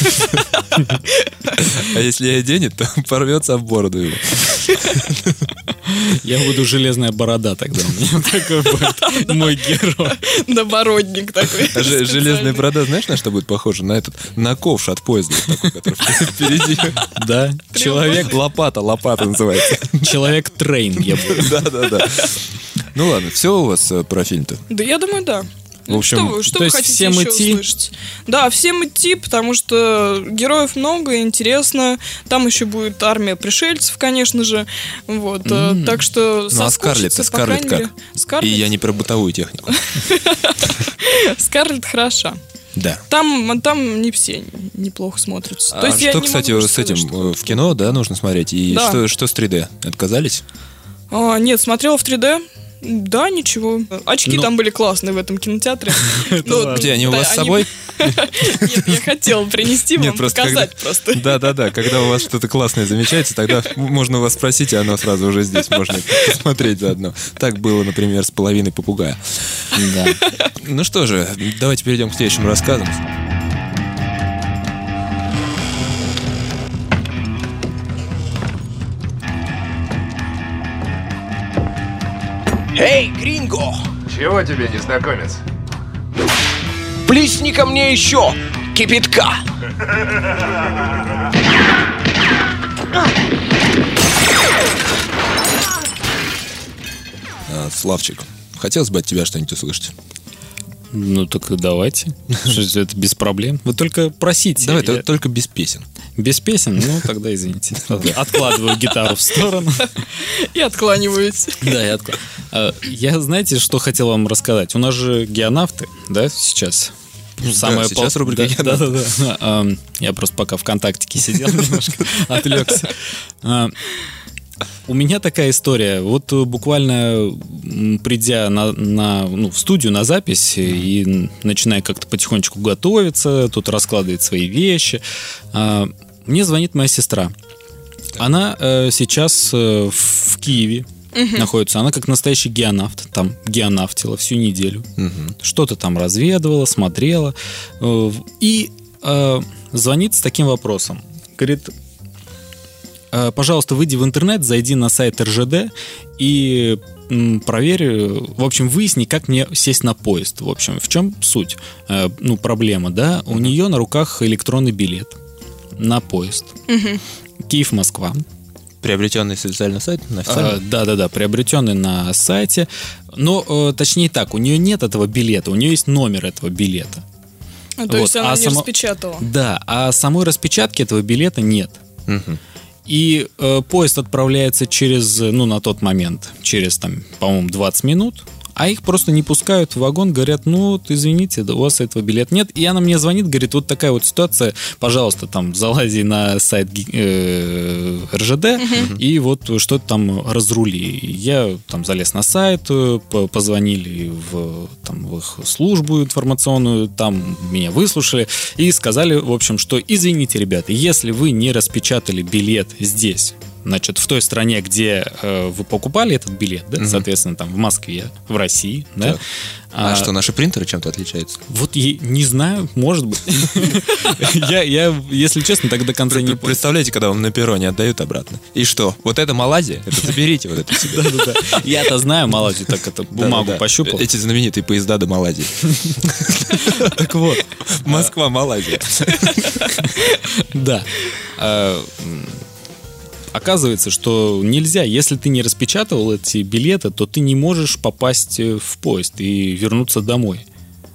А если ее оденет, то порвется об бороду его. Я буду железная борода тогда. У меня такой будет мой герой. Набородник такой. А же- железная специальный. борода, знаешь, на что будет похоже? На этот, на ковш от поезда, такой, который впереди. Да, человек, Лопата, лопата называется. человек трейн я буду. Да-да-да. Ну ладно, все у вас э, про фильм-то? Да, я думаю, да. В общем, что вы, что то вы есть хотите всем еще идти? услышать? Да, всем идти, потому что героев много, интересно. Там еще будет армия пришельцев, конечно же. Вот, э, так что Ну а Скарлетт, соскучиться, по Скарлетт крайней как? мере. И Скарлетт, я не про бытовую технику. Скарлетт хороша. Да. Там, там не все неплохо смотрятся. А То есть я что, не кстати, могу с сказать, этим что- э, в кино, да, нужно смотреть? И Да. что, что с три дэ? Отказались? А, нет, смотрела в три дэ. Да, ничего. Очки Ну. там были классные в этом кинотеатре. Ну, Где, они у да, вас с собой? Нет, я хотела принести Нет, вам, просто показать когда- просто. Да-да-да, когда у вас что-то классное замечается, тогда можно у вас спросить, и оно сразу уже здесь, можно посмотреть заодно. Так было, например, с половиной попугая. Да. Ну что же, давайте перейдем к следующим рассказам. Эй, Гринго! Чего тебе, незнакомец? Плесни ко мне еще кипятка! А, Славчик, хотелось бы от тебя что-нибудь услышать. Ну так и давайте. Что ж, это без проблем. Вы только просите. Давай, Я- то- только без песен. Без песен? Ну, тогда извините. Откладываю гитару в сторону. И откланиваюсь. Да, я откладываю. А, Я, знаете, что хотел вам рассказать? У нас же геонавты, да, сейчас? Ну, сейчас пол- рубрика да, да, да, да. А, Я просто пока ВКонтактике сидел немножко, отвлекся. А, У меня такая история. Вот э, буквально м, придя на, на, ну, в студию на запись и н- начиная как-то потихонечку готовиться, тут раскладывать свои вещи, а, мне звонит моя сестра. Она э, сейчас э, в в Киеве находится. Она как настоящий геонавт. Там геонавтила всю неделю. Что-то там разведывала, смотрела. э, в- И э, звонит с таким вопросом. Говорит: «Э, пожалуйста, выйди в интернет, зайди на сайт эр жэ дэ и м, проверь, э, в общем, выясни, как мне сесть на поезд. В общем, в чем суть? Э, Ну, проблема, да? У нее на руках электронный билет на поезд. Киев-Москва. Приобретенный специально сайт на А, официальный? Да-да-да, приобретенный на сайте. Но, э, точнее так, у нее нет этого билета, у нее есть номер этого билета. А, то Вот, есть она а не само- распечатала. Да, а самой распечатки этого билета нет. Мгм. И э, поезд отправляется через, ну, на тот момент, через, там, по-моему, двадцать минут, а их просто не пускают в вагон, говорят: ну, вот, извините, да у вас этого билета нет. И она мне звонит, говорит: вот такая вот ситуация, пожалуйста, там, залази на сайт ги- э, эр жэ дэ и вот что-то там разрули. И я там залез на сайт, э, по- позвонили в, там, в их службу информационную, там меня выслушали и сказали, в общем, что извините, ребята, если вы не распечатали билет здесь, значит, в той стране, где э, вы покупали этот билет, да, соответственно, там, в Москве, в России, да. Так. А, что, наши принтеры чем-то отличаются? Вот я не знаю, может быть. Я, я, если честно, так до конца не понял. Представляете, когда вам на перроне отдают обратно? И что? Вот это Малайзия? Это заберите вот это себе. Да-да-да. Я-то знаю Малайзию, так это бумагу Да-да-да. пощупал. Эти знаменитые поезда до Малайзии. Так вот, Москва, Малайзия. да. А, м, Оказывается, что нельзя, если ты не распечатывал эти билеты, то ты не можешь попасть э, в поезд и вернуться домой.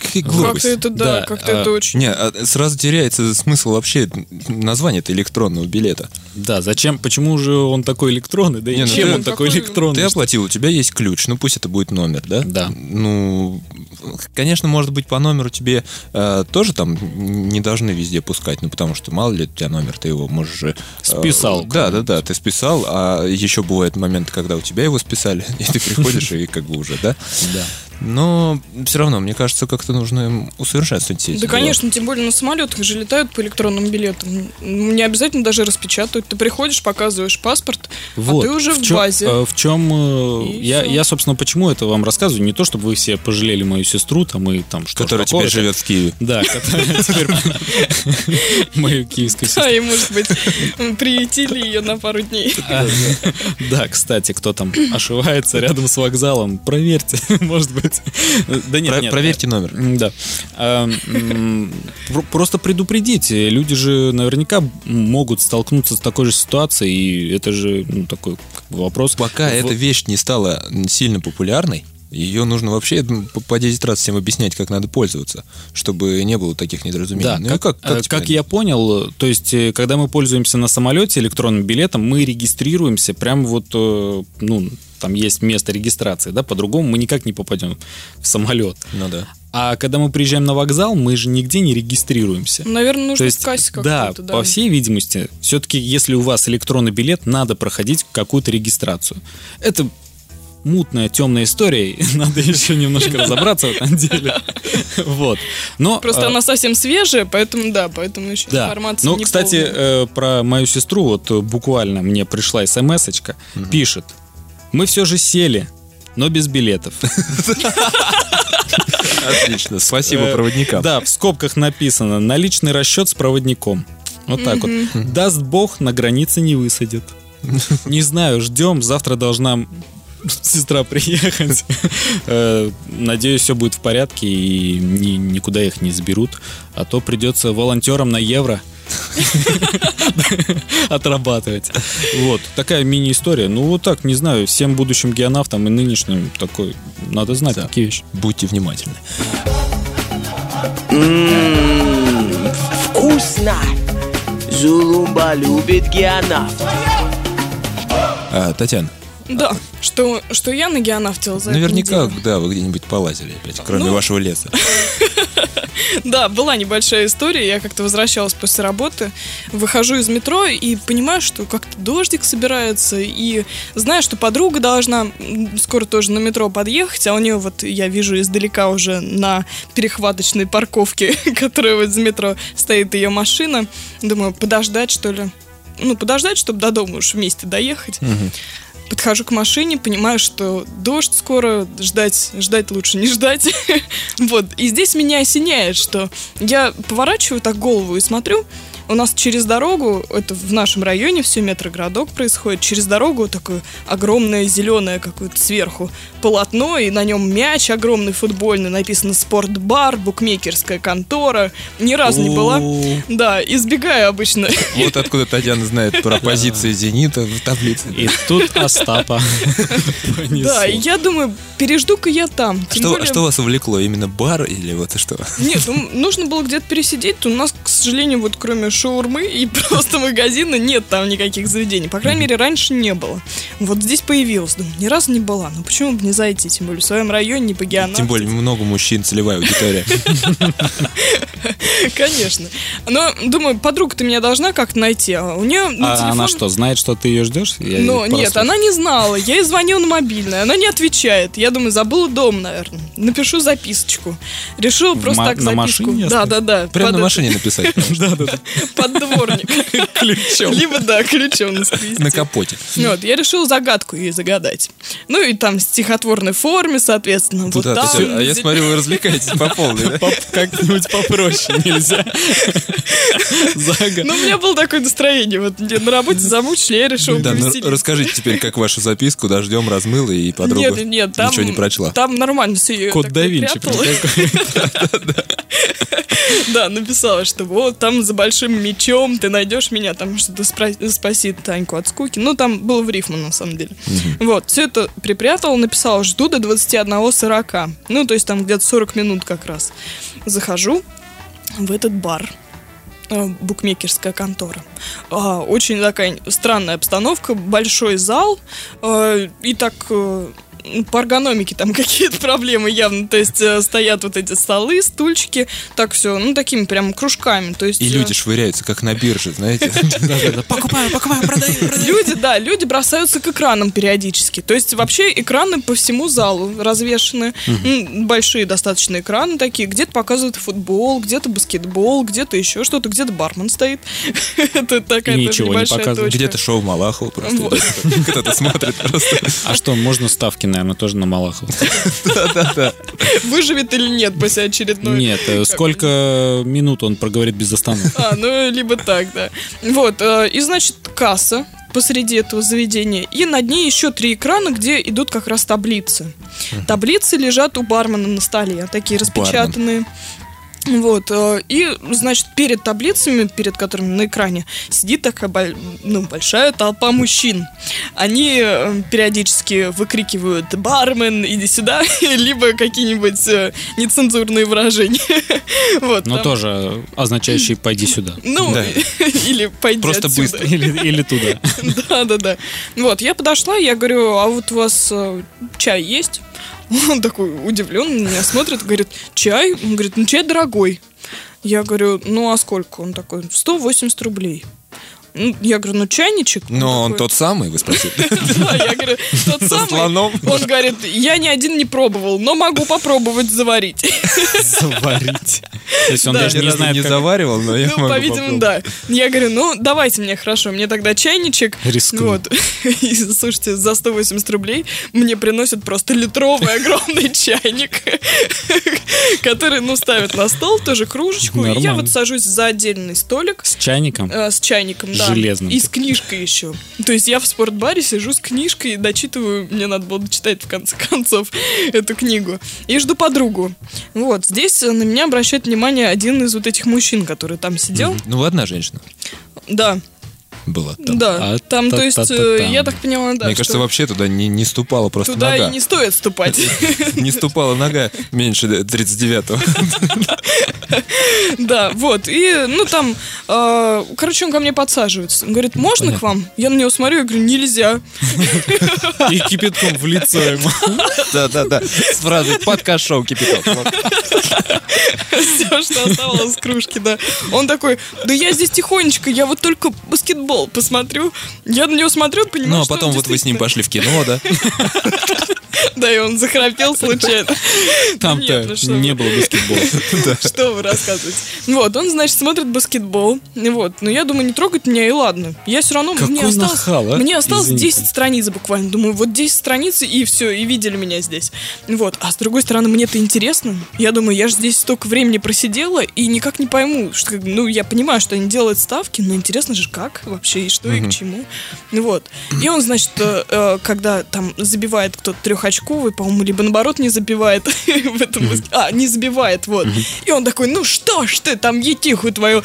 какая глупость. Как-то это, да, Да, как-то а, это очень... Не, а сразу теряется смысл вообще названия-то электронного билета. Да, зачем, почему же он такой электронный, да и Не, ну чем ты- он такой какой- электронный? Ты оплатил, у тебя есть ключ, ну пусть это будет номер, да? Да. Ну, конечно, может быть, по номеру тебе э, тоже там не должны везде пускать, ну потому что мало ли у тебя номер, ты его можешь же... э, Списал. Да, да, да, ты списал, а еще бывают моменты, когда у тебя его списали, и ты приходишь и как бы уже, да? Да. Но все равно, мне кажется, как-то нужно усовершенствовать все эти Да, дела. конечно, тем более на самолетах же летают по электронным билетам. Не обязательно даже распечатывать. Ты приходишь, показываешь паспорт, Вот. а ты уже в, чём- базе. э, В чем И я, всё. я, собственно, почему это вам рассказываю? Не то, чтобы вы все пожалели мою сестру, там и там что Которая теперь живет в Киеве. Да, которая теперь мою киевскую сестру. Да, и, может быть, приютили ее на пару дней. А, Да, кстати, кто там ошивается рядом с вокзалом, проверьте, может быть. Да нет, Про- нет. проверьте номер. М, Да. А, м, про- Просто предупредите. Люди же наверняка могут столкнуться с такой же ситуацией, и это же ну, такой как бы вопрос. Пока Вот. эта вещь не стала сильно популярной, ее нужно вообще по- по десять раз всем объяснять, как надо пользоваться, чтобы не было таких недоразумений. Да, Ну и как, как, э, теперь? как я понял, то есть, э, когда мы пользуемся на самолете электронным билетом, мы регистрируемся прям вот, э, ну, там есть место регистрации, да, по-другому мы никак не попадем в самолет. Ну да. А когда мы приезжаем на вокзал, мы же нигде не регистрируемся. Наверное, нужно То есть, в кассе да, какой-то, да. по всей видимости, все-таки, если у вас электронный билет, надо проходить какую-то регистрацию. Это мутная, темная история, и надо еще немножко разобраться в этом деле. Вот. Но, Просто а, она совсем свежая, поэтому, да, поэтому еще да. информация Ну, не кстати, полная. э, про мою сестру, вот э, буквально мне пришла смс-очка, пишет: мы все же сели, но без билетов. Отлично, спасибо Э, проводникам. Да, в скобках написано: наличный расчет с проводником. Вот так вот. Даст бог, на границе не высадят. Не знаю, ждем. Завтра должна сестра приехать. Э, Надеюсь, все будет в порядке и ни- никуда их не заберут. А то придется волонтерам на евро отрабатывать. Вот, такая мини-история. Ну, вот так, не знаю, всем будущим геонавтам и нынешним такой, надо знать Да. такие вещи. Будьте внимательны. Ммм, вкусно! Зулумба любит геонавт. А, Татьяна, Да, что, что я нагеонавтила за эту наверняка, неделю. да, вы где-нибудь полазили опять, кроме Ну. вашего леса. Да, была небольшая история. Я как-то возвращалась после работы, выхожу из метро и понимаю, что как-то дождик собирается. И знаю, что подруга должна м, скоро тоже на метро подъехать, а у нее вот, я вижу издалека уже на перехваточной парковке, которая вот за метро стоит ее машина. Думаю, подождать, что ли? Ну, подождать, чтобы до дома уж вместе доехать. Подхожу к машине, понимаю, что дождь скоро, ждать, ждать лучше не ждать. Вот, и здесь меня осеняет, что я поворачиваю так голову и смотрю, у нас через дорогу, это в нашем районе все метрогородок происходит, через дорогу такое огромное зеленое какое-то сверху полотно, и на нем мяч огромный футбольный, написано «Спортбар», букмекерская контора. Ни разу не была. Да, избегаю обычно. Вот откуда Татьяна знает про позиции «Зенита» в таблице. И тут Остапа понесло. Да, и я думаю, пережду-ка я там. Тем Что, более- что вас увлекло? Именно бар или вот что? Нет, ну, нужно было где-то пересидеть. У нас, к сожалению, вот кроме шаурмы и просто магазина нет там никаких заведений. По крайней мере, раньше не было. Вот здесь появилось. Думаю, ни разу не была. Ну почему бы не зайти? Тем более в своем районе, не по геонавтике. Тем более много мужчин, целевая аудитория. Конечно. Но, думаю, подруга-то меня должна как-то найти. А у нее на А телефон... она что, знает, что ты ее ждешь? Я Ну, просто- нет, она не знала. Я ей звонила на мобильное, она не отвечает. Я думаю, забыла дом, наверное. Напишу записочку. Решила В просто ма- так на записку. машине Да, оставить? да, да. Прямо под на это- машине написать. Под дворник. Ключом. Либо, да, ключом насквозь. На капоте. Вот, я решила загадку ей загадать. Ну и там в стихотворной форме, соответственно, вот Да, там. всё. А я здесь- смотрю, вы развлекаетесь по полной, да? Поп- Как-нибудь попроще нельзя. Зага- Ну, у меня было такое настроение. Вот мне на работе замучили, я решила Да, ну, повеселиться. расскажите теперь, как вашу записку дождем размыла и подруга Нет, нет, там, ничего не прочла. Там нормально все ее Код да Винчи. Да, написала, что вот там за большим своим мечом ты найдешь меня, там что-то спра- спасит Таньку от скуки. Ну, там было в рифму, на самом деле. Mm-hmm. Вот, все это припрятал, написал, жду до двадцать один сорок. Ну, то есть там где-то сорок минут как раз. Захожу в этот бар. Букмекерская контора. А, очень такая странная обстановка, большой зал, а, и так... по эргономике там какие-то проблемы явно, то есть э, стоят вот эти столы, стульчики, так все, ну такими прям кружками, то есть... И э... люди швыряются, как на бирже, знаете. Покупаю, покупаю, продаю, продаю. Люди, да, люди бросаются к экранам периодически, то есть вообще экраны по всему залу развешаны, большие достаточно экраны такие, где-то показывают футбол, где-то баскетбол, где-то еще что-то, где-то бармен стоит. Это такая небольшая точка. Где-то шоу Малахова просто. Кто-то смотрит просто. А что, можно ставки, наверное, тоже на Малахова? Да-да-да. Выживет или нет после очередной... Нет, сколько минут он проговорит без остановки. А, ну, либо так, да. Вот, и, значит, касса посреди этого заведения, и над ней еще три экрана, где идут как раз таблицы. Таблицы лежат у бармена на столе, такие распечатанные. Вот, и, значит, перед таблицами, перед которыми на экране сидит такая ну, большая толпа мужчин. Они периодически выкрикивают «бармен, иди сюда», либо какие-нибудь нецензурные выражения. Вот, но там... тоже означающие «пойди сюда». Ну, да. Или «пойди просто отсюда». Быстро. Или, или туда. Да-да-да. Вот, я подошла, я говорю, а вот у вас чай есть? Он такой удивленный на меня смотрит, говорит, чай? Он говорит, ну чай дорогой. Я говорю, ну а сколько? Он такой, сто восемьдесят рублей. Я говорю, ну чайничек. Но он тот самый, вы спросили? Да, я говорю, тот самый. Он говорит, я ни один не пробовал, но могу попробовать заварить. Заварить. То есть он даже не знает, не заваривал, но я могу Ну, по-видимому, да. Я говорю, ну, давайте мне, хорошо, мне тогда чайничек. Рискну. Вот. И, слушайте, за сто восемьдесят рублей мне приносят просто литровый огромный чайник, который, ну, ставят на стол, тоже кружечку. И я вот сажусь за отдельный столик. С чайником? С чайником, да. Железным. И с книжкой еще. То есть я в спортбаре сижу с книжкой, дочитываю, мне надо было дочитать в конце концов эту книгу. И жду подругу. Вот, здесь на меня обращает внимание один из вот этих мужчин, который там сидел. Mm-hmm. Ну, одна женщина. Да. Была там. Да, а там, то есть, я так поняла, да. Мне кажется, вообще туда не, не ступала просто туда нога. Туда и не стоит ступать. Не ступала нога меньше тридцать девятого. Да, вот, и, ну, там, короче, он ко мне подсаживается. Он говорит, можно к вам? Я на него смотрю, я говорю, нельзя. И кипятком в лицо ему. Да-да-да, с фразой «подкаст-шоу кипяток». Все, что оставалось с кружки, да. Он такой, да я здесь тихонечко, я вот только баскетбол посмотрю. Я на него смотрю, понимаю, Ну, а что потом вот вы с ним пошли в кино, да? Да, и он захрапел случайно. Там-то не было баскетбола. Что вы рассказываете? Вот, он, значит, смотрит баскетбол. Вот, но я думаю, не трогать меня, и ладно. Я все равно, мне осталось, мне осталось десять страниц буквально. Думаю, вот десять страниц, и все, и видели меня здесь. Вот, а с другой стороны, мне это интересно. Я думаю, я же здесь столько времени просидела, и никак не пойму, что, ну, я понимаю, что они делают ставки, но интересно же, как вообще, и что, и к чему. Вот. И он, значит, когда там забивает кто-то трехочковый, по-моему, либо наоборот не забивает в этом mm-hmm. А, не забивает, вот. Mm-hmm. И он такой, ну что ж ты там, етиху твою.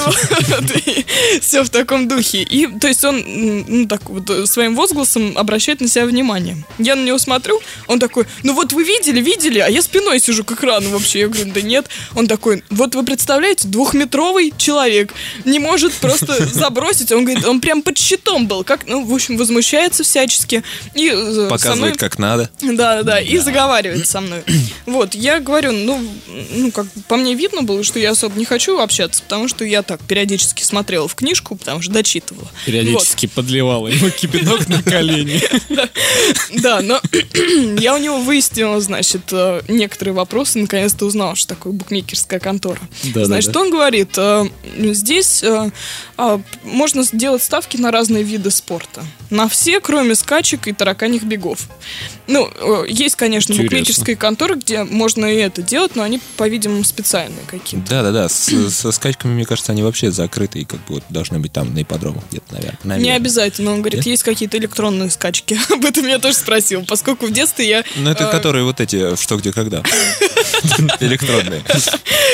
Все в таком духе. И, то есть он, ну, так вот, своим возгласом обращает на себя внимание. Я на него смотрю, он такой, ну вот вы видели, видели, а я спиной сижу к экрану вообще. Я говорю, да нет. Он такой, вот вы представляете, двухметровый человек не может просто забросить. Он говорит, он прям под щитом был. Как, ну, в общем, возмущается всячески. И показывает, мной, как надо. Да, да, и заговаривает со мной. Вот, я говорю, ну, ну, как по мне видно было, что я особо не хочу общаться, потому что я так периодически смотрела в книжку, потому что дочитывала. Периодически подливала ему кипяток на колени. Да, но я у него выяснила, значит, некоторые вопросы, наконец-то узнала, что такое букмекерская контора. Значит, он говорит, здесь можно сделать ставки на разные виды спорта. На все, кроме скачек и тараканьих бегов. Ну, есть, конечно, Интересно. Букмекерские конторы, где можно и это делать, но они, по-видимому, специальные какие-то. Да-да-да, с, со скачками, мне кажется, они вообще закрыты, и как бы вот должны быть там на ипподромах где-то, наверное. наверное. Не обязательно, он говорит, Нет? есть какие-то электронные скачки. Об этом я тоже спросил, поскольку в детстве я... Ну, это которые вот эти, что, где, когда. Электронные.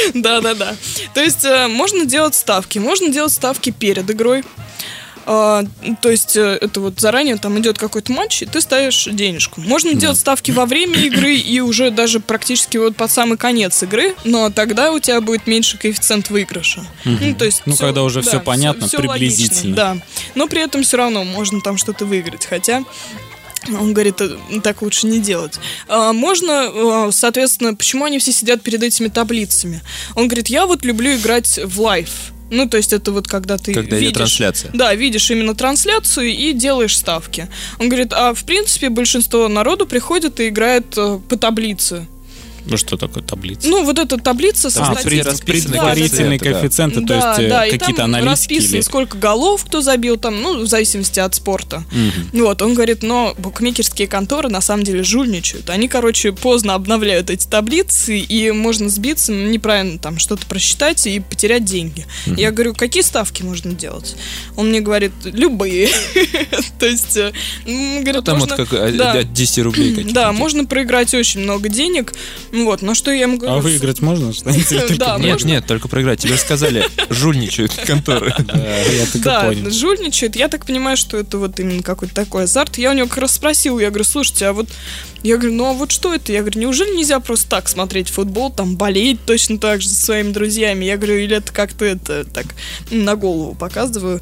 Да-да-да. То есть э, можно делать ставки. Можно делать ставки перед игрой. А, то есть э, это вот заранее там идет какой-то матч, и ты ставишь денежку. Можно делать ставки во время игры и уже даже практически вот под самый конец игры, но тогда у тебя будет меньше коэффициент выигрыша. Ну, то есть Ну, всё- когда уже да, все понятно, всё- всё приблизительно. логично, да. Но при этом все равно можно там что-то выиграть. Хотя он говорит, э, так лучше не делать. А, можно, э, соответственно, почему они все сидят перед этими таблицами? Он говорит, я вот люблю играть в лайв. Ну, то есть это вот когда ты Когда идет видишь... трансляция. Да, видишь именно трансляцию и делаешь ставки. Он говорит, а в принципе большинство народу приходит и играет э, по таблице. Ну, что такое таблица? Ну, вот эта таблица со А, статистикой. пред- расписаны предварительные коэффициенты, да. коэффициенты, то Да, есть да, э, и какие-то там аналитики расписано, или... сколько голов кто забил, там, ну, в зависимости от спорта. Мгм. Вот, он говорит, но букмекерские конторы на самом деле жульничают. Они, короче, поздно обновляют эти таблицы, и можно сбиться, ну, неправильно там что-то просчитать и потерять деньги. Я говорю, какие ставки можно делать? Он мне говорит, любые. То есть, э, м, говорит, Ну, там вот можно- как э, да. от десяти рублей какие-то. Да, можно проиграть очень много денег. Вот, но что я ему говорю? А выиграть можно что-нибудь? Или только Да, Нет, можно. нет, только проиграть. Тебе же сказали, жульничают конторы. Да, я только Да, понял. жульничает. Я так понимаю, что это вот именно какой-то такой азарт. Я у него как раз спросил, я говорю, слушайте, а вот... Я говорю, ну а вот что это? Я говорю, неужели нельзя просто так смотреть футбол, там болеть точно так же со своими друзьями? Я говорю, или это как-то это так на голову показываю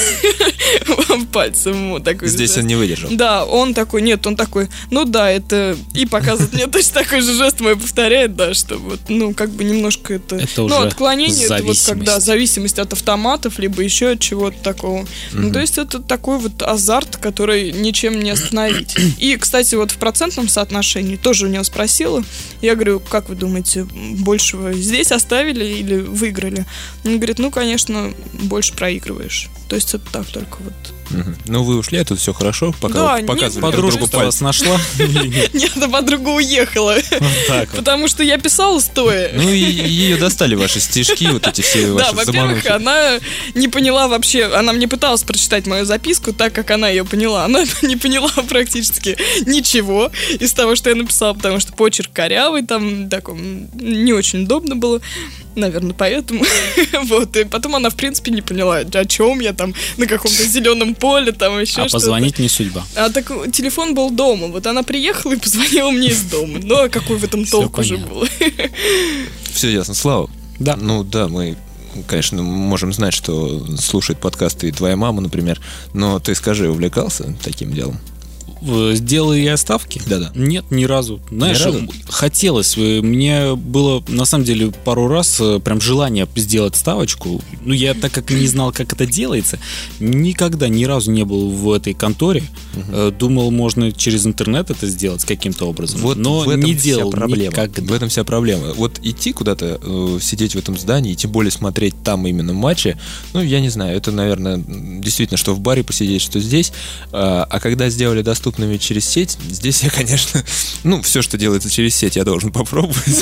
пальцем. Вот такой Здесь жест. он не выдержал. Да, он такой, нет, он такой, ну да, это... И показывает мне точно такой же жест мой повторяет, да, что вот, ну, как бы немножко это... Это ну, уже отклонение, это вот зависимость. когда зависимость от автоматов, либо еще от чего-то такого. Ну, то есть это такой вот азарт, который ничем не остановить. И, кстати, вот в процентном соотношении тоже у него спросила. Я говорю, как вы думаете, больше вы здесь оставили или выиграли? Он говорит, ну, конечно, больше проигрываешь. То есть это так только вот. Мгм. Ну, вы ушли, а тут все хорошо, пока Да, вы нет, показывали друг Подружка другу вас пальцы. нашла? Или нет? Нет, а подруга уехала. Вот так вот. Потому что я писала стоя. Ну, и ее достали ваши стишки, вот эти все Да, ваши во-первых, заманухи. она не поняла вообще, она мне пыталась прочитать мою записку так, как она ее поняла. Она не поняла практически ничего из того, что я написала, потому что почерк корявый, там таком не очень удобно было. Наверное, поэтому. Вот. И потом она, в принципе, не поняла, о чем я там, на каком-то зеленом поле, там еще А что-то. позвонить не судьба. А так телефон был дома. Вот она приехала и позвонила мне из дома. Ну, а какой в этом Всё толк уже понятно. был? Все ясно. Слава. Да. Ну да, мы, конечно, можем знать, что слушает подкасты и твоя мама, например. Но ты скажи, увлекался таким делом? В- Сделаю я ставки? Да-да. Нет, ни разу. Знаешь, разу? м, хотелось. э, Мне было, на самом деле, пару раз э, прям желание сделать ставочку. Ну, я, так как не знал, как это делается, никогда ни разу не был в этой конторе. Э, Думал, можно через интернет это сделать каким-то образом. Вот но в этом не вся делал проблема. никогда. В этом вся проблема. Вот идти куда-то, э, сидеть в этом здании, и тем более смотреть там именно матчи, ну, я не знаю, это, наверное, м, действительно, что в баре посидеть, что здесь. А, а когда сделали доступными через сеть, здесь я, конечно, ну, все, что делается через сеть, я должен попробовать.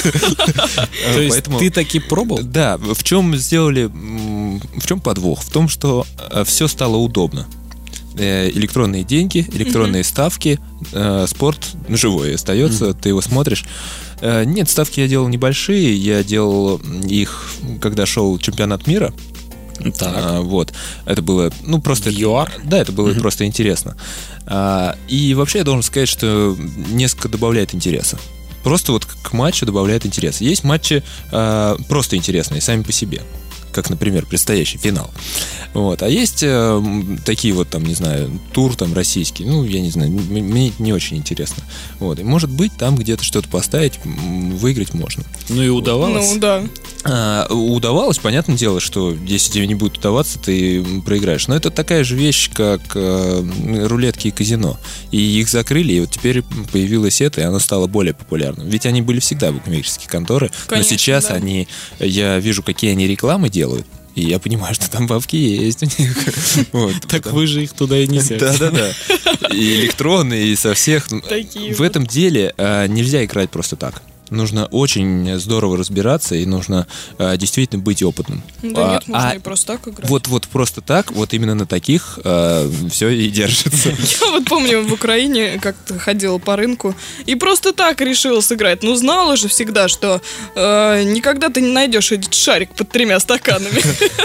То есть Поэтому- ты таки пробовал? Да, в чем сделали, м, в чем подвох? В том, что все стало удобно. Э, Электронные деньги, электронные ставки, э, спорт ну, живой остается, ты его смотришь. Э, Нет, ставки я делал небольшие, я делал их, когда шел чемпионат мира. Так. А, вот. Это было, ну, просто... В ЮАР? Да, это было просто интересно. А, и вообще я должен сказать, что несколько добавляет интереса. Просто вот к матчу добавляет интереса. Есть матчи а, просто интересные, сами по себе. Как, например, предстоящий финал. Вот. А есть э, м, такие вот, там, не знаю, тур там российский. Ну, я не знаю, м- мне не очень интересно. Вот. И, может быть, там где-то что-то поставить, м, выиграть можно. Ну и удавалось? Ну, да. А, удавалось, понятное дело, что если тебе не будет удаваться, ты м, проиграешь. Но это такая же вещь, как э, рулетки и казино. И их закрыли, и вот теперь появилось это, и оно стало более популярным. Ведь они были всегда букмекерские конторы, Конечно, но сейчас да. они, я вижу, какие они рекламы делают, и я понимаю, что там бабки есть у них. Вот. Так вы же их туда и несете. Да-да-да. И электронные, и со всех. Такие В вот. этом деле а, нельзя играть просто так. нужно очень здорово разбираться, и нужно э, действительно быть опытным. Да а, нет, можно а и просто так играть. Вот, вот просто так, вот именно на таких э, все и держится. Я вот помню, в Украине как-то ходила по рынку и просто так решила сыграть. Ну, знала же всегда, что э, никогда ты не найдешь этот шарик под тремя стаканами.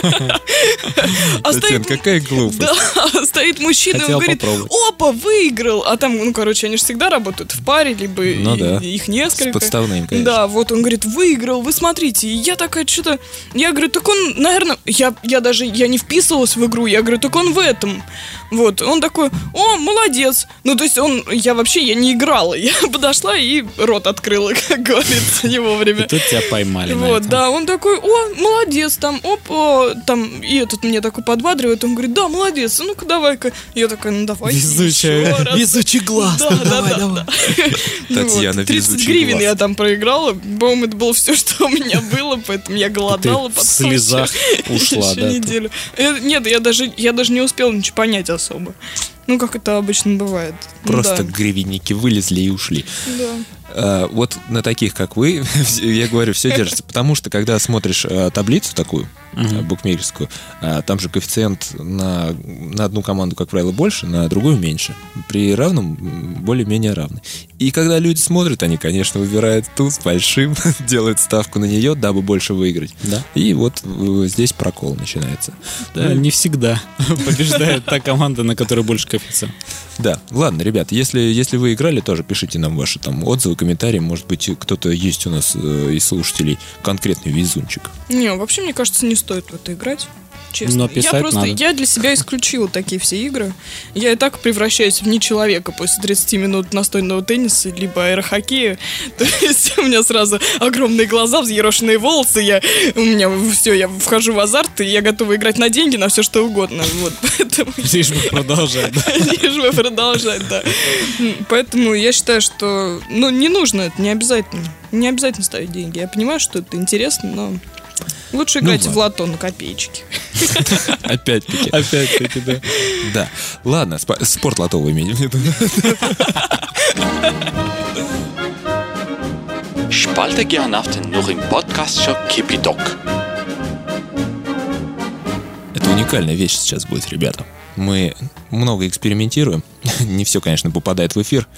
Татьяна, какая глупость. Да, стоит мужчина и говорит: опа, выиграл. А там, ну, короче, они же всегда работают в паре, либо их несколько. С подставными, конечно. Да, вот он говорит: выиграл, вы смотрите. И я такая, что-то... Я говорю, так он, наверное... Я, я даже, я не вписывалась в игру. Я говорю, так он в этом. Вот, он такой: о, молодец. Ну, то есть он... Я вообще, я не играла. Я подошла и рот открыла, как говорится, не вовремя. И тут тебя поймали. Вот, да, он такой: о, молодец, там, оп, о, там, и этот мне такой подбадривает, он говорит: да, молодец, ну-ка, давай-ка. Я такая: ну, давай. Везучая, везучий глаз, да, давай, да, давай. Татьяна, тридцать везучий гривен глаз. я там проиграла. По-моему, это было все, что у меня было, поэтому я голодала Ты под в слезах ушла, еще да? неделю. Э, Нет, я даже, я даже не успела ничего понять особо. Ну, как это обычно бывает. Просто Да. гривенники вылезли и ушли. Да. А, вот на таких, как вы, я говорю, все держится. Потому что, когда смотришь а, таблицу такую, а, букмекерскую, а, там же коэффициент на, на одну команду, как правило, больше, на другую меньше. При равном м, более-менее равный. И когда люди смотрят, они, конечно, выбирают ту с большим, делают ставку на нее, дабы больше выиграть. Да. И вот э, здесь прокол начинается. Да, не всегда побеждает та команда, на которой больше коэффициент. Да, ладно, ребят, если, если вы играли, тоже пишите нам ваши там отзывы, комментарии. Может быть, кто-то есть у нас э, из слушателей конкретный везунчик. Не, вообще, мне кажется, не стоит в это играть. Честно. Но писать я просто, надо. я для себя исключила такие все игры. Я и так превращаюсь в нечеловека после тридцати минут настольного тенниса либо аэрохоккея. То есть у меня сразу огромные глаза, взъерошенные волосы. Я, у меня все, я вхожу в азарт, и я готова играть на деньги, на все что угодно. Вот, поэтому... Лишь бы продолжать, да. Лишь бы продолжать, да. Поэтому я считаю, что ну, не нужно это, не обязательно. Не обязательно ставить деньги. Я понимаю, что это интересно, но... Лучше играть Ну, в лото на копеечки. Опять-таки. Опять-таки, да. Да. Ладно, спа- спорт лото вы имеете в виду. Spalte Geanaften noch im Podcast-Shop Kipidok. Это уникальная вещь сейчас будет, ребята. Мы много экспериментируем. Не все, конечно, попадает в эфир.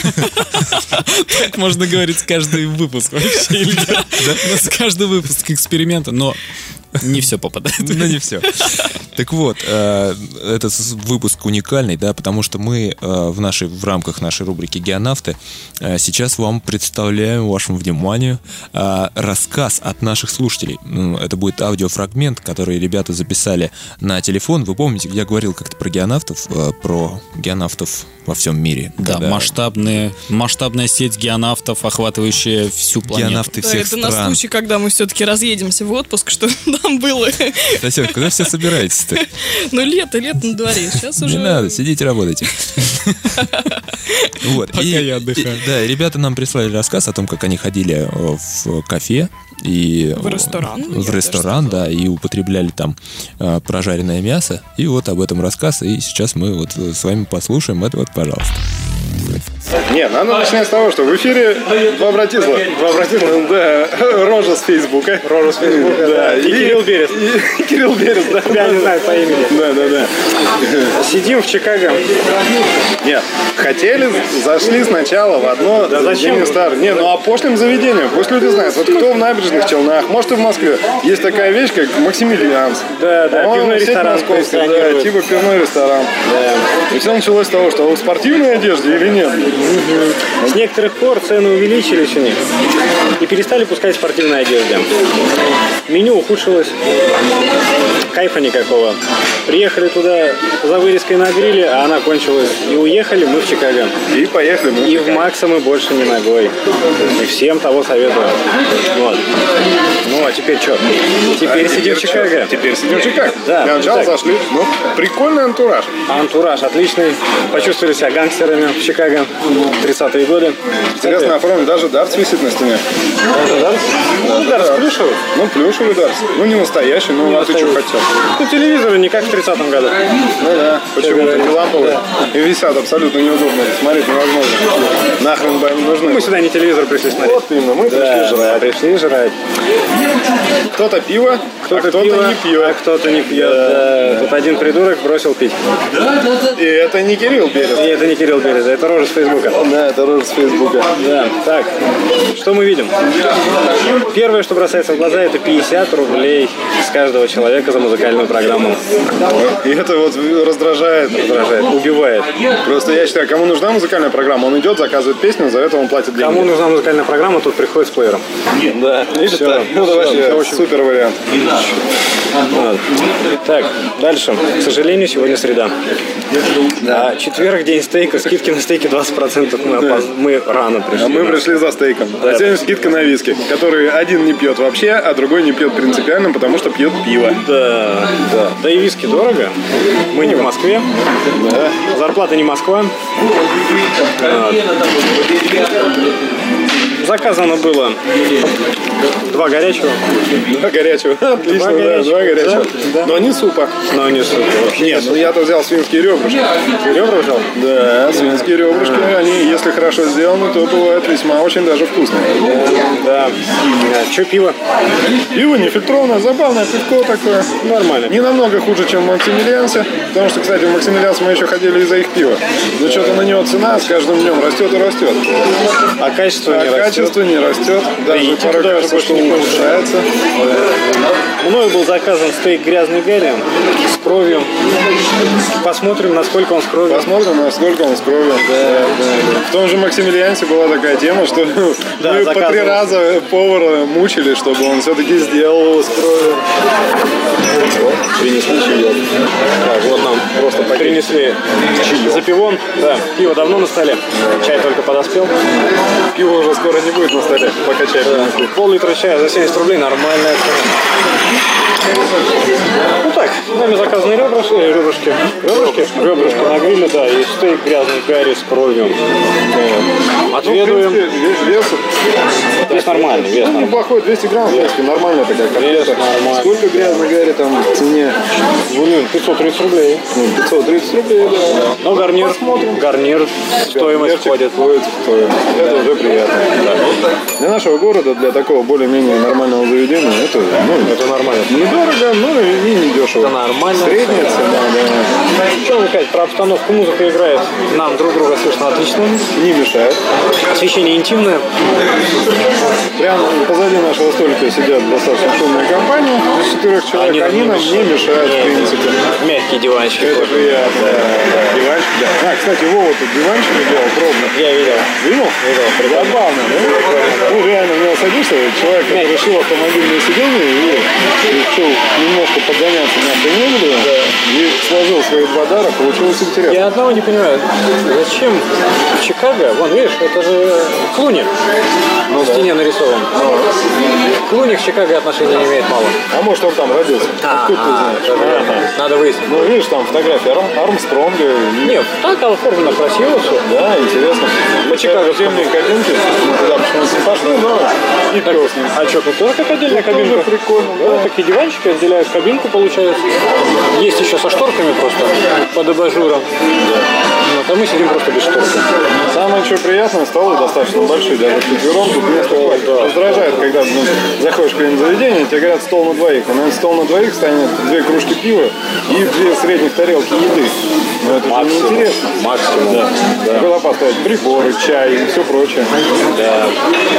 Так можно говорить каждый выпуск вообще, Илья. У нас каждый выпуск эксперимента, но не все попадает. Но не все. Так вот, э, этот выпуск уникальный, да, потому что мы э, в, нашей, в рамках нашей рубрики «Геонавты» э, сейчас вам представляем вашему вниманию э, рассказ от наших слушателей. Ну, это будет аудиофрагмент, который ребята записали на телефон. Вы помните, я говорил как-то про геонавтов, э, про геонавтов во всем мире. Да, когда масштабные, масштабная сеть геонавтов, охватывающая всю планету. Геонавты Да, всех это на стран. случай, когда мы все-таки разъедемся в отпуск, что там было. Татьяна, куда все собираетесь-то? Ну, лето, лето на дворе. Сейчас уже... Не надо, сидите, работайте. Вот. Пока и, я отдыхаю. и- да, ребята нам прислали рассказ о том, как они ходили э, в кафе и В ресторан, я в даже ресторан, да, и употребляли там э, прожаренное мясо. И вот об этом рассказ. И сейчас мы вот э, с вами послушаем. Это вот, пожалуйста. Не, надо начинать с того, что в эфире два братисла. Два братисла? Да, Рожа с Фейсбука. Рожа с Фейсбука, да. И, и Кирилл Берез. И, и Кирилл Берез, да. Я не знаю по имени. Да, да, да. Сидим в Чикаго. Нет, хотели, зашли сначала в одно да заведение старое. Не, ну а пошлым заведением, пусть люди знают. Вот кто в Набережных Челнах, может и в Москве, есть такая вещь, как Максимилианс. Да, да, пивной ресторан. Да, типа пивной ресторан. Да. И все началось с того, что в спортивной одежде или нет? С некоторых пор цены увеличились у них и перестали пускать в спортивной одежде. Меню ухудшилось, кайфа никакого. Приехали туда за вырезкой на гриле, а она кончилась. И уехали мы в Чикаго. И поехали мы в И в Макса мы больше не ногой. И всем того советую. Вот. Ну, а теперь что? Теперь А сидим в чё? Чикаго. Теперь сидим в Чикаго. Да. Для начала так. зашли. Ну, прикольный антураж. Антураж отличный. Почувствовали себя гангстерами в Чикаго. тридцатые годы. Интересно, оформлен, даже дартс висит на стене. Даже дартс? Ну, дартс плюшевый. Ну, плюшевый дартс. Ну, не настоящий, ну, а ты что хотел? Ну, телевизоры не как в тридцатом году. Ну да, почему-то не ламповые. И висят абсолютно неудобно. Смотреть невозможно. Нахрен бы они нужны. Мы сюда не телевизор пришли смотреть. Вот именно, мы да, пришли жрать. Да, пришли жрать. Кто-то пиво, кто-то, а кто-то пиво, не пьет. А кто-то не пьет. Да. Да. Тут один придурок бросил пить. И это не Кирилл Берез. И это не Кирилл Берез, это рожа с Фейсбука. Да, это рожа с Фейсбука. Да. Так, что мы видим? Первое, что бросается в глаза, это пятьдесят рублей с каждого человека за музыкальную программу. И это вот раздражает. Раздражает, убивает. Просто я считаю, кому нужна музыкальная программа, он идет, заказывает песню, за это он платит деньги. Кому нужна музыкальная программа, тут приходит с плеером. Да, видишь, так. Ну, это вообще очень супер вариант. Вот. Так, дальше. К сожалению, сегодня среда. Да. А четверг, день стейка, скидки на стейки двадцать процентов. Мы, опоз... мы рано пришли. А мы пришли за стейком. Да. А сегодня скидка на виски, который один не пьет вообще, а другой не пьет принципиально, потому что пьет пиво. Да, да. Да и виски дорого. Мы не в Москве. Да. Зарплата не Москва. Вот. Заказано было два горячего. Два горячего. Отлично, два да, горячего. Два горячего. Да, да. Но не супа. Но не супа. Вообще нет, ну я-то взял свинские ребрышки. Ты ребра взял? Да, свинские ребрышки. А. Они, если хорошо сделаны, то бывают весьма очень даже вкусные. Да. да. Че пиво? Пиво нефильтрованное, забавное пивко такое. Нормально. Не намного хуже, чем в Максимилиансе. Потому что, кстати, в Максимилиансе мы еще ходили из-за их пива. Но что-то на него цена с каждым днем растет и растет. А качество а не растет. Качество не растет. Даже да, порой кажется, что улучшается. Да. Мною был заказан стейк грязный Гарри с кровью. Посмотрим, насколько он с кровью. Посмотрим, насколько он с кровью. Да, да, да. В том же Максимилиансе была такая тема, что да, мы по три раза повара мучили, чтобы он все-таки сделал его с кровью. Принесли чаек. Так, вот нам просто принесли чаек. Запивон. Да, пиво давно на столе. Чай только подоспел. Пиво уже скоро не будет на столе, пока чай принесли. Пол-литра чая за семьдесят рублей, нормальная цена. Ну так, нами заказаны ребрышки, ребрышки, ребрышки, ребрышки на гриле, да, и стейк грязный Гарри с кровью. Да. Отведываем. Ну, в принципе, вес, вес нормальный, вес ну, неплохой, двести грамм, в принципе, нормальная такая котлета. Нормально. Сколько грязный Гарри там в цене? Блин, пятьсот тридцать рублей. Ну, пятьсот тридцать рублей, да. Но гарнир, гарнир, стоимость входит. входит в стоимость. Да. Это уже приятно. Да. Для нашего города, для такого более-менее нормального заведения, это, ну, это нормально. Недорого, но и не дешево. Это нормально. Средняя цена, да. Что вы сказать, про обстановку музыка играет. Нам друг друга слышно отлично. Не мешает. Освещение интимное. Прямо позади нашего столика сидят достаточно шумные компании. Из четырех человек они, они нам не мешают, не, в принципе. Мягкие диванчики. Это приятно. Да, да. Диванчики, да. А, кстати, Вова тут диванчики делал пробно. Я видел. Видел? Видел. Забавно, да? Ну, реально, в него садишься, человек решил автомобильное сиденье и решил немножко подгоняться на автомобиле, да. И сложил свои два дара, получилось интересно. Я одного не понимаю, зачем в Чикаго, вон, видишь, это же Клуни ну, на да. стене нарисован. Но Клуни к Чикаго отношения не имеет мало. А может, он там родился? А, Откуда ты знаешь? А, а, надо выяснить. Ну, видишь, там фотография Арм, Армстронга. И... Нет, так оформлено красиво все. Да, интересно. По Чикаго земные кабинки. Мы туда почему-то не пошли, но и так, с ним. А что, тут тоже как отдельная ну, кабинка? Прикольно. Да, да, такие диванчики отделяют кабинку, получается. Есть еще со шторками просто, под абажуром. Да. Вот, а мы сидим просто без шторки. Самое что приятное, столы достаточно большие, даже вчетвером. Тут место да. раздражает, когда ну, заходишь в какое-нибудь заведение, тебе говорят стол на двоих. А на стол на двоих станет две кружки пива и две средних тарелки еды. Но это же неинтересно. Максимум. Да. Да. Куда поставить приборы, чай и все прочее. Да.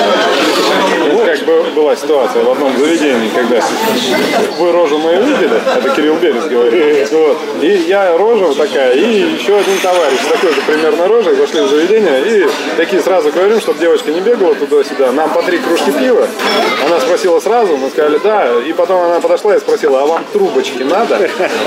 Вот как бы была ситуация в одном заведении, когда вы рожу мою видели, это Кирилл Берез говорит, вот. И я рожа вот такая, и еще один товарищ с такой же примерно рожей зашли в заведение, и такие сразу говорим, чтобы девочка не бегала туда-сюда, нам по три кружки пива. Она спросила сразу, мы сказали да, и потом она подошла и спросила, а вам трубочки надо?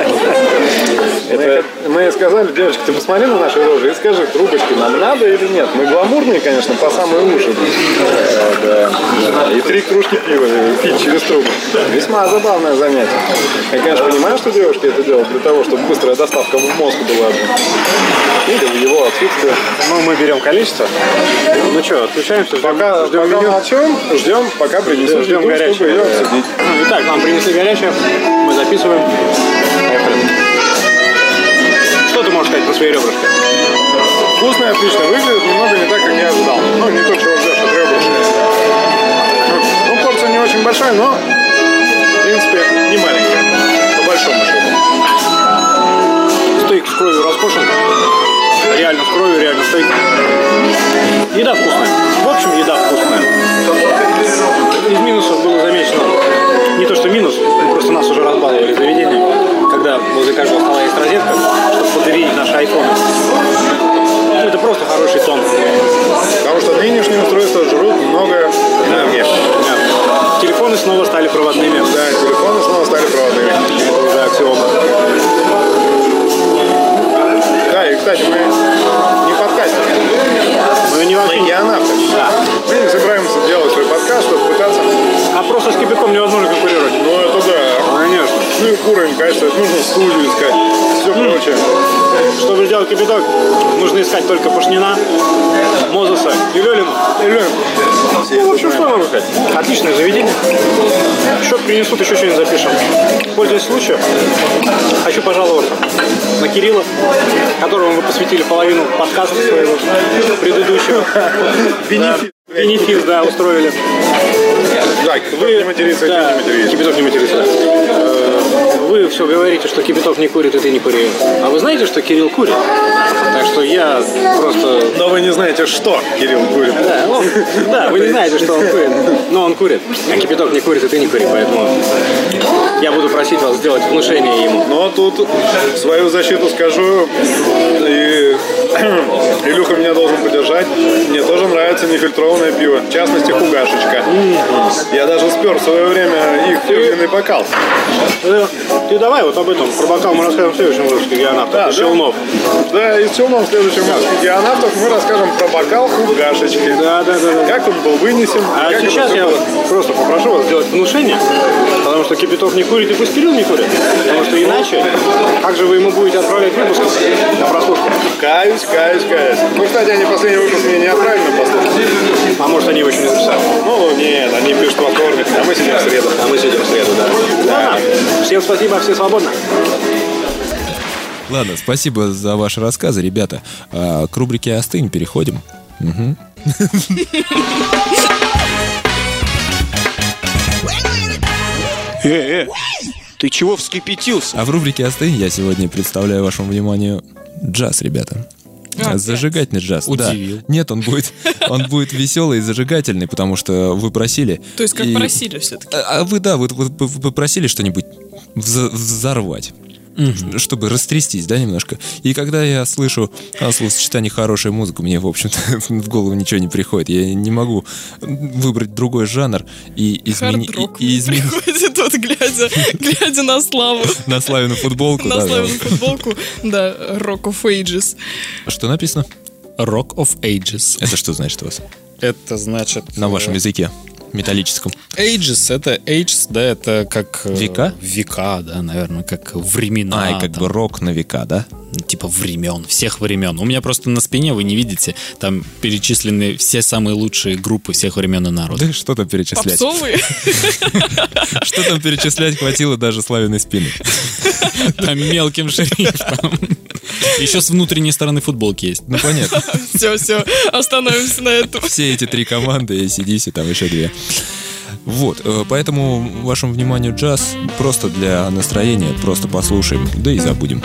Это... Мы ей сказали, девочка, ты посмотри на наши рожи и скажи, трубочки нам надо или нет. Мы гламурные, конечно, по самые уши. Да, да. И и три кружки пива пить через трубу. Весьма забавное занятие. Я, конечно, понимаю, что девушки это делают для того, чтобы быстрая доставка в мозг была. Или в его отсутствие. Ну, мы берем количество. Ну что, отключаемся, ждем, пока, ждем пока меню. молчим, ждем, пока принесут Ждем еду, горячее. чтобы ее обсудить. Ну, итак, нам принесли горячее, мы записываем. Поехали. Что ты можешь сказать про свои ребрышки? Вкусно и отлично выглядит, немного не так, как я ожидал. Ну, не то, чего ждешь от ребрышек. Ну, порция не очень большая, но, в принципе, не маленькая. По большому счету. Стейк с кровью раскошен. Реально с кровью, реально стейк. Еда вкусная. В общем, еда вкусная. Из минусов было замечено не то, что минус, просто нас уже разбаловали заведение, когда возле каждого стола есть розетка, чтобы подавить наши айфоны. Ну, это просто хороший тон. Потому что нынешние устройства жрут много энергии. Да. Телефоны снова стали проводными. Да, телефоны снова стали проводными. Это уже аксиома. Да, и, кстати, мы не подкастеры. Мы не вообще... Мы геонавты. Да. Мы не собираемся делать свой подкаст, чтобы пытаться... А просто с кипятком невозможно конкурировать. Ну, это да. Конечно. Ну и уровень, конечно, нужно студию искать. Все mm. прочее. Чтобы сделать кипяток, нужно искать только Пашнина, Мозеса и Лёлину. И Лёлину. Ну, в общем, что можно сказать? Отличное заведение. Счет принесут, еще что-нибудь запишем. Пользуясь случаем, хочу пожаловаться на Кирилла, которому вы посвятили половину подкаста своего предыдущего. Бенефис. Бенефис, да, устроили. Да, вы не материться, да, не материться. Кипяток не матерится, да. Вы все говорите, что Кипяток не курит, и ты не кури. А вы знаете, что Кирилл курит? Так что я просто... Но вы не знаете, что Кирилл курит. Да, ну, да, вы не знаете, что он курит. Но он курит. А Кипяток не курит, и ты не кури. Поэтому я буду просить вас сделать внушение ему. Но тут свою защиту скажу. И Илюха меня должен поддержать. Мне тоже нравится нефильтрованное пиво. В частности, Хугашечка. Я даже спер в свое время их фирменный бокал. Ты, ты давай вот об этом. Про бокал мы расскажем в следующем выпуске геонавтов. Да, из Челнов. Да, из Челнов в следующем выпуске геонавтов мы расскажем про бокал Хугашечки. Да, да, да, да. Как он был вынесен. А сейчас я было. просто попрошу вас сделать внушение. Потому что Кипяток не курит, и пусть Кирилл не курит. Потому что иначе, как же вы ему будете отправлять выпуск на прослушку? Каюсь, каюсь, каюсь. Ну, кстати, они последний выпуск мне не отправили на прослушку. А может, они его еще не записали? Ну, нет, они пишут во вторник, а мы сидим в среду. А мы сидим в среду, да. Да. Всем спасибо, все свободны. Ладно, спасибо за ваши рассказы, ребята. А, к рубрике «Остынь» переходим. Угу. Э, э, ты чего вскипятился? А в рубрике «Остынь» я сегодня представляю вашему вниманию джаз, ребята. А, зажигательный джаз. Удивил. Да. Нет, он будет, он будет веселый и зажигательный, потому что вы просили. То есть как и... просили все-таки. А, а вы, да, вы, вы, вы просили что-нибудь вз- взорвать. Mm-hmm. Чтобы растрястись, да, немножко. И когда я слышу о словосочетании «хорошая музыка», мне, в общем-то, в голову ничего не приходит. Я не могу выбрать другой жанр и изменить... И, и измени... приходит вот, глядя, глядя на Славу. На Славину футболку. На Славину футболку, да, Rock of Ages. Что написано? Rock of Ages. Это что значит у вас? Это значит... На вашем языке. Металлическом. Ages, это ages, да, это как... Века? Века, да, наверное, как времена. А, и как там, бы рок на века, да? Типа времен, всех времен. У меня просто на спине, вы не видите, там перечислены все самые лучшие группы всех времен и народа. Да что там перечислять? Попсовые? Что там перечислять, хватило даже Славиной спины. Там мелким шрифтом. Еще с внутренней стороны футболки есть. Ну, понятно. Все, все, остановимся на этом. Все эти три команды, эй си ди си, там еще две. Вот, поэтому вашему вниманию джаз просто для настроения, просто послушаем, да и забудем.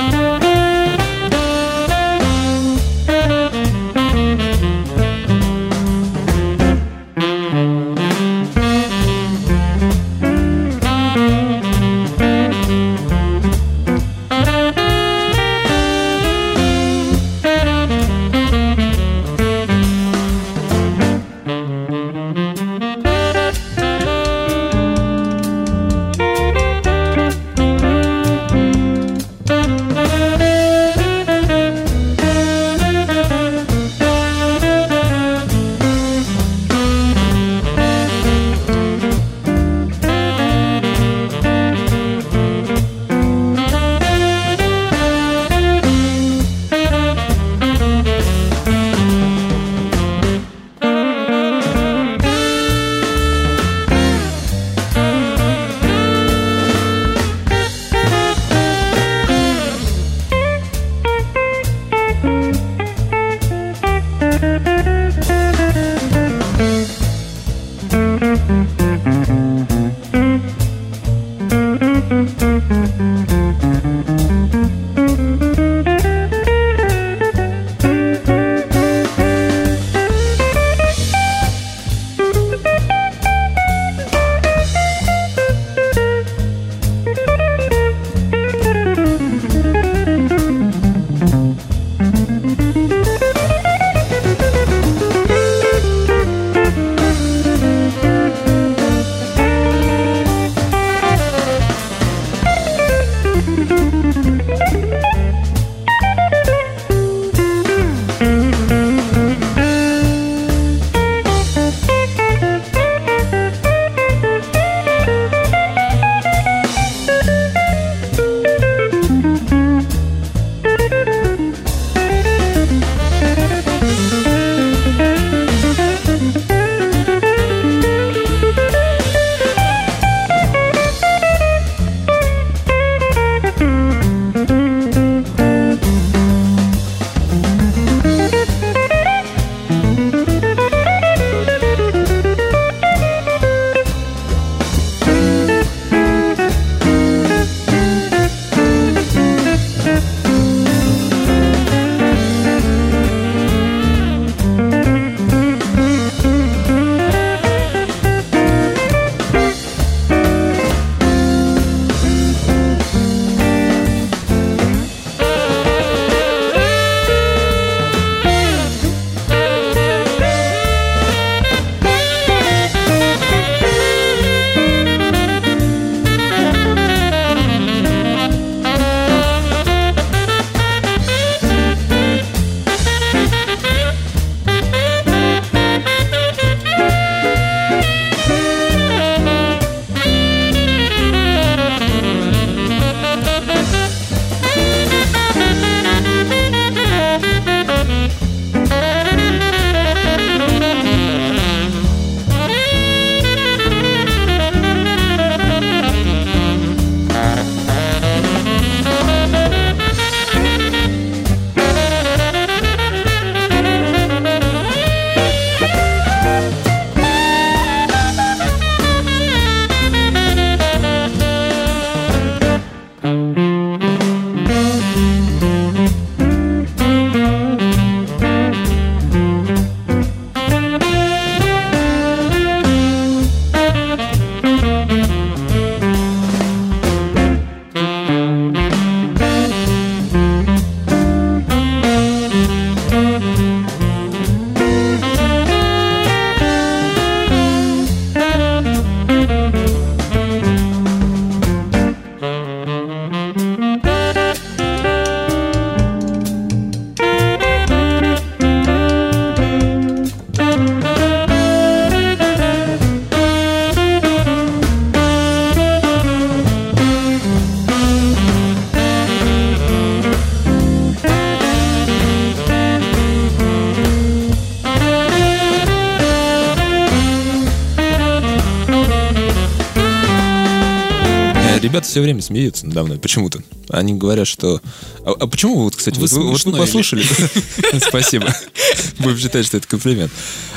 Ребята все время смеются надо мной почему-то. Они говорят, что... А, а почему вы, вот, кстати, вы, вот вы послушали? Спасибо. Будем считать, что это комплимент.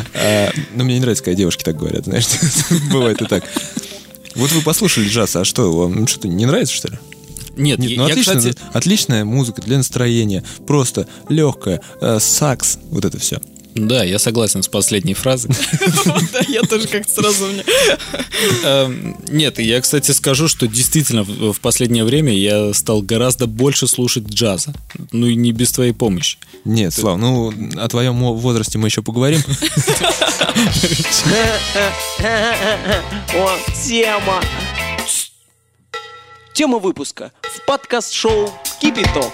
Но мне не нравится, когда девушки так говорят, знаешь. Бывает и так. Вот вы послушали джаз, а что, вам что-то не нравится, что ли? Нет, Нет, ну я, отлично, кстати... отличная музыка для настроения. Просто легкая, э, сакс, вот это все. Да, я согласен с последней фразой. Да, я тоже как-то сразу мне... Нет, я, кстати, скажу, что действительно в последнее время я стал гораздо больше слушать джаза. Ну и не без твоей помощи. Нет, Слав, ну о твоем возрасте мы еще поговорим. О, тема. Тема выпуска в подкаст-шоу «Кипяток».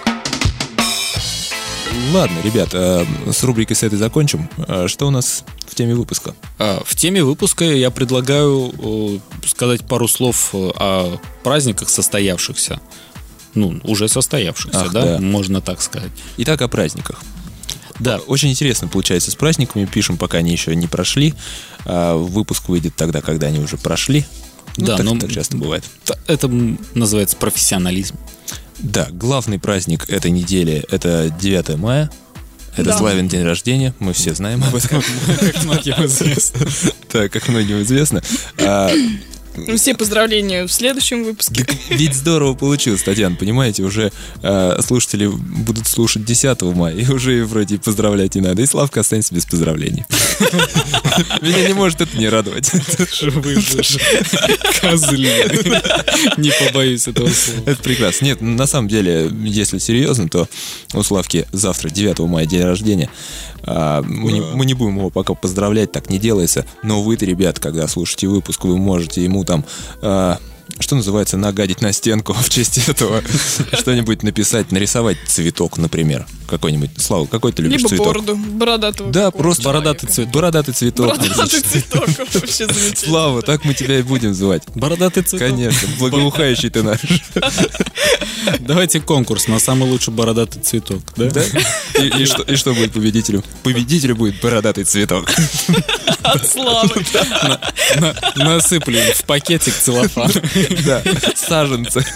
Ладно, ребят, с рубрикой с этой закончим. Что у нас в теме выпуска? В теме выпуска я предлагаю сказать пару слов о праздниках состоявшихся. Ну, уже состоявшихся, Ах, да? да? Можно так сказать. Итак, о праздниках. Да. Очень интересно получается с праздниками. Пишем, пока они еще не прошли. Выпуск выйдет тогда, когда они уже прошли. Ну, да, так, но так часто бывает. Это называется профессионализм. Да, главный праздник этой недели — это девятое мая. Это Да. Славин день рождения, мы все знаем об этом. Как многим известно. Так, как многим известно. А, Ну, все поздравления в следующем выпуске. Ведь здорово получилось, Татьяна, понимаете, уже э, слушатели будут слушать десятого мая, и уже вроде поздравлять не надо, и Славка останется без поздравлений. Меня не может это не радовать. Вы же козлы. Не побоюсь этого слова. Это прекрасно. Нет, на самом деле, если серьезно, то у Славки завтра, девятого мая, день рождения. А, мы, не, мы не будем его пока поздравлять, так не делается. Но вы-то, ребят, когда слушаете выпуск, вы можете ему там, а, что называется, нагадить на стенку в честь этого, что-нибудь написать, нарисовать цветок, например, какой-нибудь. Слава, какой ты любишь Либо цветок? бороду, бородатого. Да, какого-то просто бородатый цветок. Бородатый цветок. Бородатый цветок, вообще замечательно. Слава, так мы тебя и будем звать. Бородатый цветок. Конечно, благоухающий ты наш. Давайте конкурс на самый лучший бородатый цветок, да? Да? И, и, что, и что будет победителю? Победителю будет бородатый цветок. От славы. На- на- Насыплю в пакетик целлофан. Да, саженцы.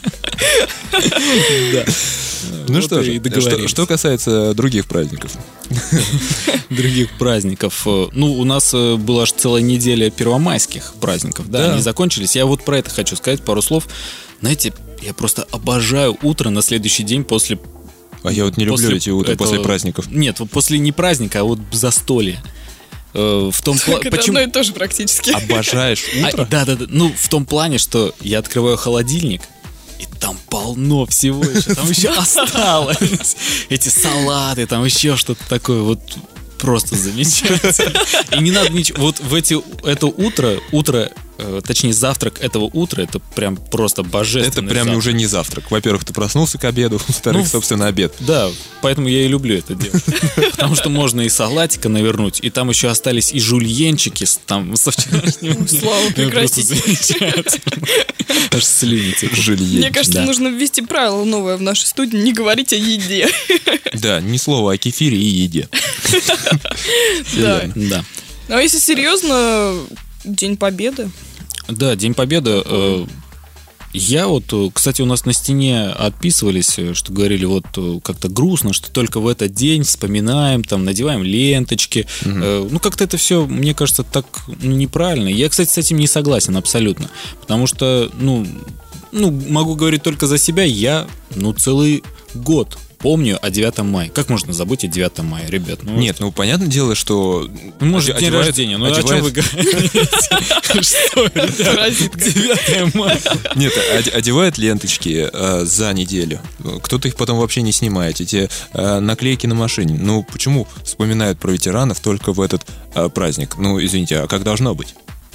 Да. Ну Вот что и же, что, договорились. что касается других праздников. Других праздников. э, Ну, у нас э, была аж целая неделя первомайских праздников, да, Да. они закончились. Я вот про это хочу сказать пару слов. Знаете, я просто обожаю утро на следующий день после... А я вот не люблю после эти утра этого- после праздников. Нет, вот после не праздника, а вот застолья. Э, В том пла- Так это почему- одно и то же практически. Обожаешь утро? А, да, да, да. Ну, в том плане, что я открываю холодильник, и там полно всего еще. Там еще осталось. Эти салаты, там еще что-то такое. Вот просто замечательно. И не надо ничего. Вот в эти, это утро, утро, э, точнее завтрак этого утра, это прям просто Это божественно. прям уже не завтрак. Во-первых, ты проснулся к обеду, во-вторых, Ну, собственно, обед. Да, поэтому я и люблю это делать. Потому что можно и салатика навернуть, и там еще остались и жульенчики с- там со вчерашнего. Слава, Ну, просто прекратите. замечательно. Аж слюни текут. Жилье. Мне кажется, Да. нужно ввести правило новое в нашей студии: не говорить о еде. Да, ни слова о кефире и еде. Да. Да. Ну, а если серьезно, День Победы. Да, День Победы. э, Я вот, э, кстати, у нас на стене отписывались, э, что говорили, вот э, как-то грустно, что только в этот день вспоминаем, там, надеваем ленточки. Э, Ну, как-то это все, мне кажется, так ну, неправильно. Я, кстати, с этим не согласен абсолютно. Потому что, ну, ну, могу говорить только за себя, я, ну, целый год помню о девятом мая. Как можно забыть о девятом мая, ребят? Ну, Нет, ну, понятное дело, что... ну, может, день одевают- рождения. Ну, о чем одевают- вы говорите? Что, ребят? девятое мая. Нет, оде- одевают ленточки э, за неделю. Кто-то их потом вообще не снимает. Эти э, наклейки на машине. Ну, почему вспоминают про ветеранов только в этот э, праздник? Ну, извините, а как должно быть?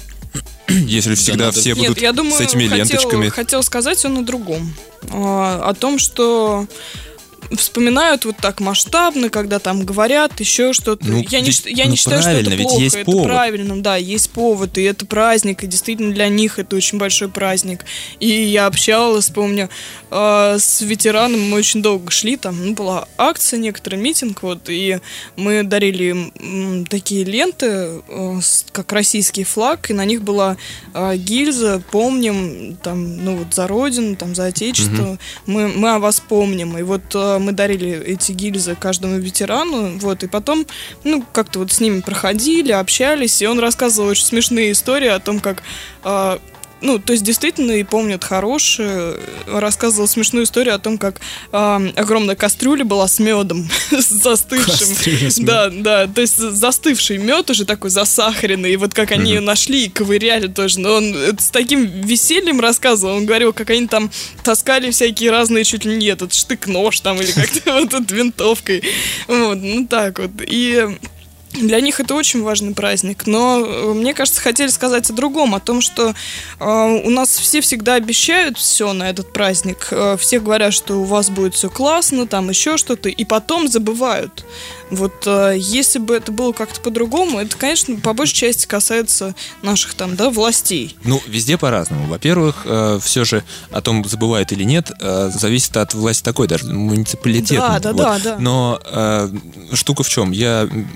Если всегда надо- все Нет, будут я думаю, с этими хотел, ленточками. хотел сказать он о другом. А, О том, что вспоминают вот так масштабно, когда там говорят еще что-то. Ну, я не, ведь- ш- я не ну, считаю, что правильно, это ведь плохо. есть это повод. правильно, да, есть повод, и это праздник, и действительно для них это очень большой праздник. И я общалась, помню, э, с ветераном, мы очень долго шли, там ну, была акция, некоторый митинг, вот, и мы дарили им м, такие ленты, э, с- как российский флаг, и на них была э, гильза, помним, там, ну вот за Родину, там, за Отечество, мы, мы о вас помним. И вот э, мы дарили эти гильзы каждому ветерану, вот, и потом, ну, как-то вот с ними проходили, общались, и он рассказывал очень смешные истории о том, как э, ну, то есть действительно и помнят хорошие. Рассказывал смешную историю о том, как э, огромная кастрюля была с медом, с застывшим. Кастрюля с Да, да, то есть застывший мед уже такой засахаренный, и вот как они ее нашли и ковыряли тоже. Но он это с таким весельем рассказывал. Он говорил, как они там таскали всякие разные, чуть ли не этот штык-нож там, или как-то вот этой винтовкой. Вот, ну так вот. И для них это очень важный праздник, но э, мне кажется, хотели сказать о другом, о том, что э, у нас все всегда обещают все на этот праздник, э, все говорят, что у вас будет все классно, там еще что-то, и потом забывают. Вот э, если бы это было как-то по-другому, это, конечно, по большей части касается наших там, да, властей. Ну, везде по-разному. Во-первых, э, все же о том, забывают или нет, э, зависит от власти такой, даже муниципалитетной. Да, да, Вот. да, да. Но э, штука в чем? Я, у меня много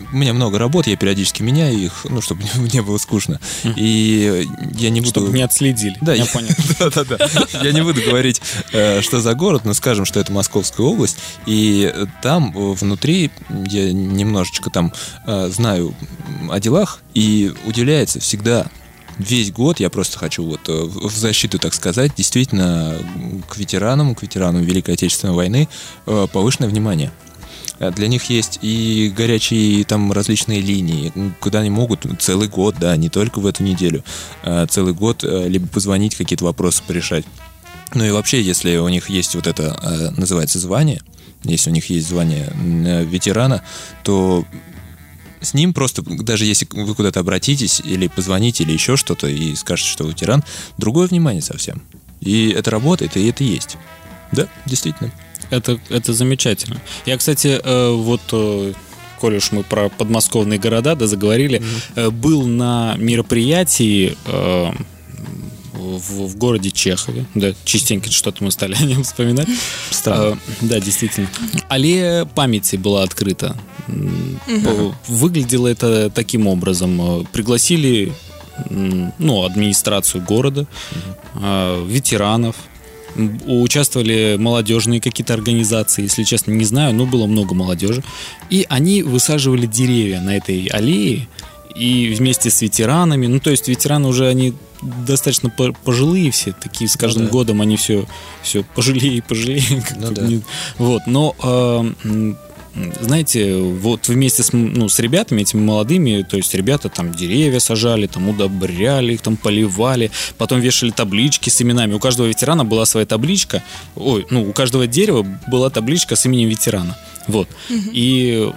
много работ, я периодически меняю их, ну, чтобы не было скучно. И я не буду... Чтобы не отследили. Да, я я... понял. Да-да-да. Я не буду говорить, что за город, но скажем, что это Московская область. И там внутри я немножечко там знаю о делах, и удивляется всегда... Весь год я просто хочу вот в защиту, так сказать, действительно к ветеранам, к ветеранам Великой Отечественной войны повышенное внимание. Для них есть и горячие там различные линии, куда они могут целый год, да, не только в эту неделю, а целый год либо позвонить, какие-то вопросы порешать. Ну и вообще, если у них есть вот это, называется, звание, если у них есть звание ветерана, то... С ним просто, даже если вы куда-то обратитесь или позвоните, или еще что-то, и скажете, что вы ветеран, другое внимание совсем. И это работает, и это есть. Да, действительно. Это, это замечательно. Я, кстати, вот, коль уж мы про подмосковные города, да, заговорили, mm-hmm. был на мероприятии... В, в городе Чехове. Да, частенько что-то мы стали о нем вспоминать. Странно. А, да, действительно. Аллея памяти была открыта. Угу. Выглядело это таким образом. Пригласили, ну, администрацию города, угу. ветеранов. Участвовали молодежные какие-то организации, если честно, не знаю, но было много молодежи. И они высаживали деревья на этой аллее. И вместе с ветеранами, ну, то есть ветераны уже, они достаточно пожилые все, такие, с каждым ну, да. годом они все, все пожилее и пожилее. Ну, да. не... Вот, но, э, знаете, вот вместе с, ну, с ребятами, этими молодыми, то есть ребята там деревья сажали, там удобряли их, там поливали, потом вешали таблички с именами. У каждого ветерана была своя табличка, ой, ну, у каждого дерева была табличка с именем ветерана. Вот, угу. И...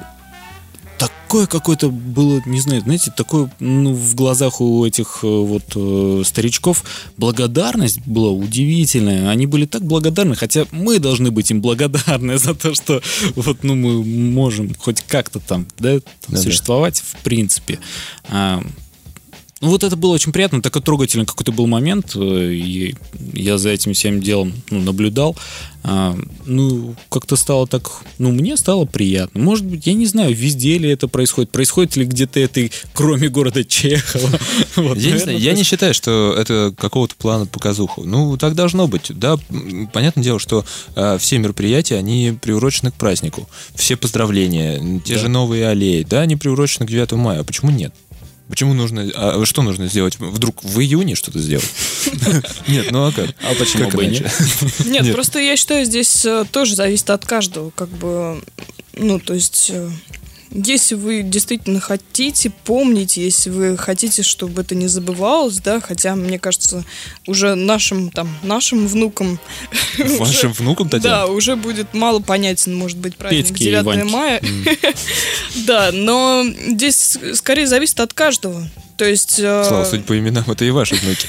Такое какое-то было, не знаю, знаете, такое, ну, в глазах у этих вот э, старичков благодарность была удивительная. Они были так благодарны, хотя мы должны быть им благодарны за то, что вот, ну, мы можем хоть как-то там, да, там да, существовать, да. в принципе. А, ну, вот это было очень приятно, такой трогательный какой-то был момент, и я за этим всем делом, ну, наблюдал. А, ну, как-то стало так, ну, мне стало приятно. Может быть, я не знаю, везде ли это происходит, происходит ли где-то это, кроме города Чехова. Вот, я, наверное, не знаю, я не считаю, что это какого-то плана показуху. Ну, так должно быть. Да, понятное дело, что а, все мероприятия, они приурочены к празднику. Все поздравления, те да. же новые аллеи, да, они приурочены к девятому мая. А почему нет? Почему нужно... А что нужно сделать? Вдруг в июне что-то сделать? Нет, ну а как? А почему бы нет? Нет, просто я считаю, здесь тоже зависит от каждого. Как бы, ну, то есть... Если вы действительно хотите помнить, если вы хотите, чтобы это не забывалось, да, хотя, мне кажется, уже нашим, там, нашим внукам... Вашим уже, внукам, Татьяна? Да, уже будет мало понятен, может быть, праздник Петьки девятого мая. Mm. Да, но здесь скорее зависит от каждого. То есть... Слава, судя по именам, это и ваши внуки.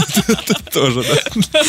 Тоже, да?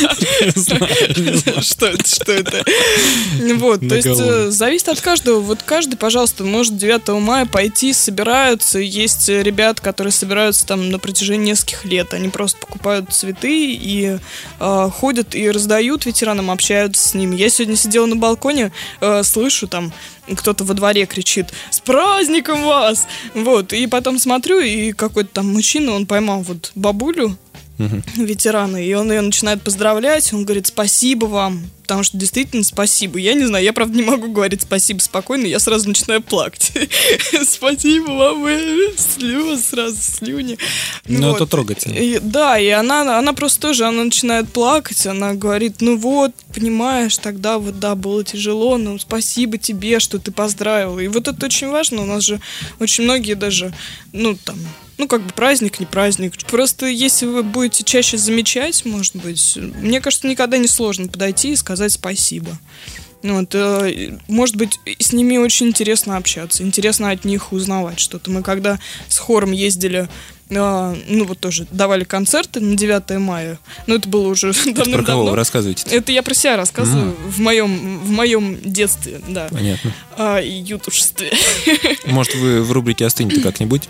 Что это? Что это? Вот, то есть зависит от каждого. Вот каждый, пожалуйста, может девятого мая пойти, собираются. Есть ребят, которые собираются там на протяжении нескольких лет. Они просто покупают цветы и ходят и раздают ветеранам, общаются с ними. Я сегодня сидела на балконе, слышу там, кто-то во дворе кричит: «С праздником вас!» Вот, и потом смотрю, и какой-то там мужчина, он поймал вот бабулю, uh-huh. ветерана, и он ее начинает поздравлять, он говорит: «Спасибо вам», потому что действительно спасибо. Я не знаю, я, правда, не могу говорить спасибо спокойно, я сразу начинаю плакать. Спасибо вам, слезы сразу, слюни. Ну, это трогательно. Да, и она, она просто тоже, она начинает плакать, она говорит: «Ну вот, понимаешь, тогда вот, да, было тяжело, но спасибо тебе, что ты поздравила». И вот это очень важно, у нас же очень многие даже, ну, там, ну, как бы праздник, не праздник. Просто если вы будете чаще замечать, может быть, мне кажется, никогда не сложно подойти и сказать спасибо. Вот, может быть, с ними очень интересно общаться, интересно от них узнавать что-то. Мы когда с хором ездили, ну вот тоже давали концерты на девятое мая, но это было уже давным-давно. Это про кого вы рассказываете? Это я про себя рассказываю mm. в моем, в моем детстве, да. Понятно. А, и юношестве. Может, вы в рубрике «Остыньте» как-нибудь?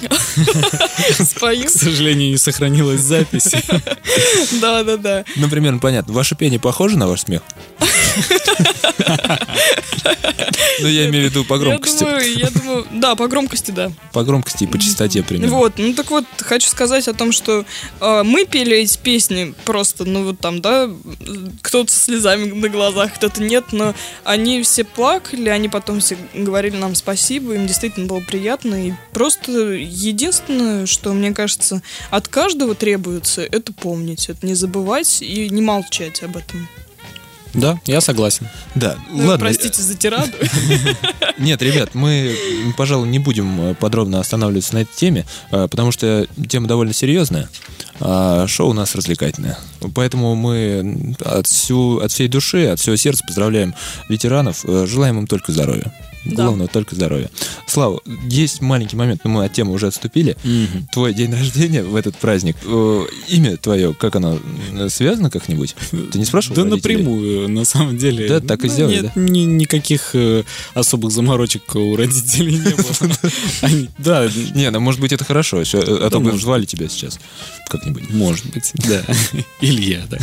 Спою. К сожалению, не сохранилась запись. Да, да, да. Ну, примерно понятно. Ваше пение похоже на ваш смех? Ну, я имею в виду по громкости. Я думаю, я думаю, да, по громкости, да. По громкости и по частоте примерно. Вот, ну так вот, хочу сказать о том, что э, мы пели эти песни просто, ну вот там, да, кто-то со слезами на глазах, кто-то нет, но они все плакали, они потом все говорили нам спасибо, им действительно было приятно, и просто единственное, что, мне кажется, от каждого требуется, это помнить, это не забывать и не молчать об этом. Да, я согласен. Да, Ну, ладно. простите за тираду. Нет, ребят, мы, пожалуй, не будем подробно останавливаться на этой теме, потому что тема довольно серьезная, а шоу у нас развлекательное. Поэтому мы от, всю, от всей души, от всего сердца поздравляем ветеранов, желаем им только здоровья. Главное, да. Только здоровья. Слава, есть маленький момент, но мы от темы уже отступили. Mm-hmm. Твой день рождения в этот праздник. Э, имя твое, как оно, связано как-нибудь? Ты не спрашивал? Да родителей? Напрямую, на самом деле. Да, так и ну, сделали, нет, да? Ни, никаких э, особых заморочек у родителей не было. Да. Не, ну может быть это хорошо, а то бы звали тебя сейчас как-нибудь. Может быть, да. Илья, да.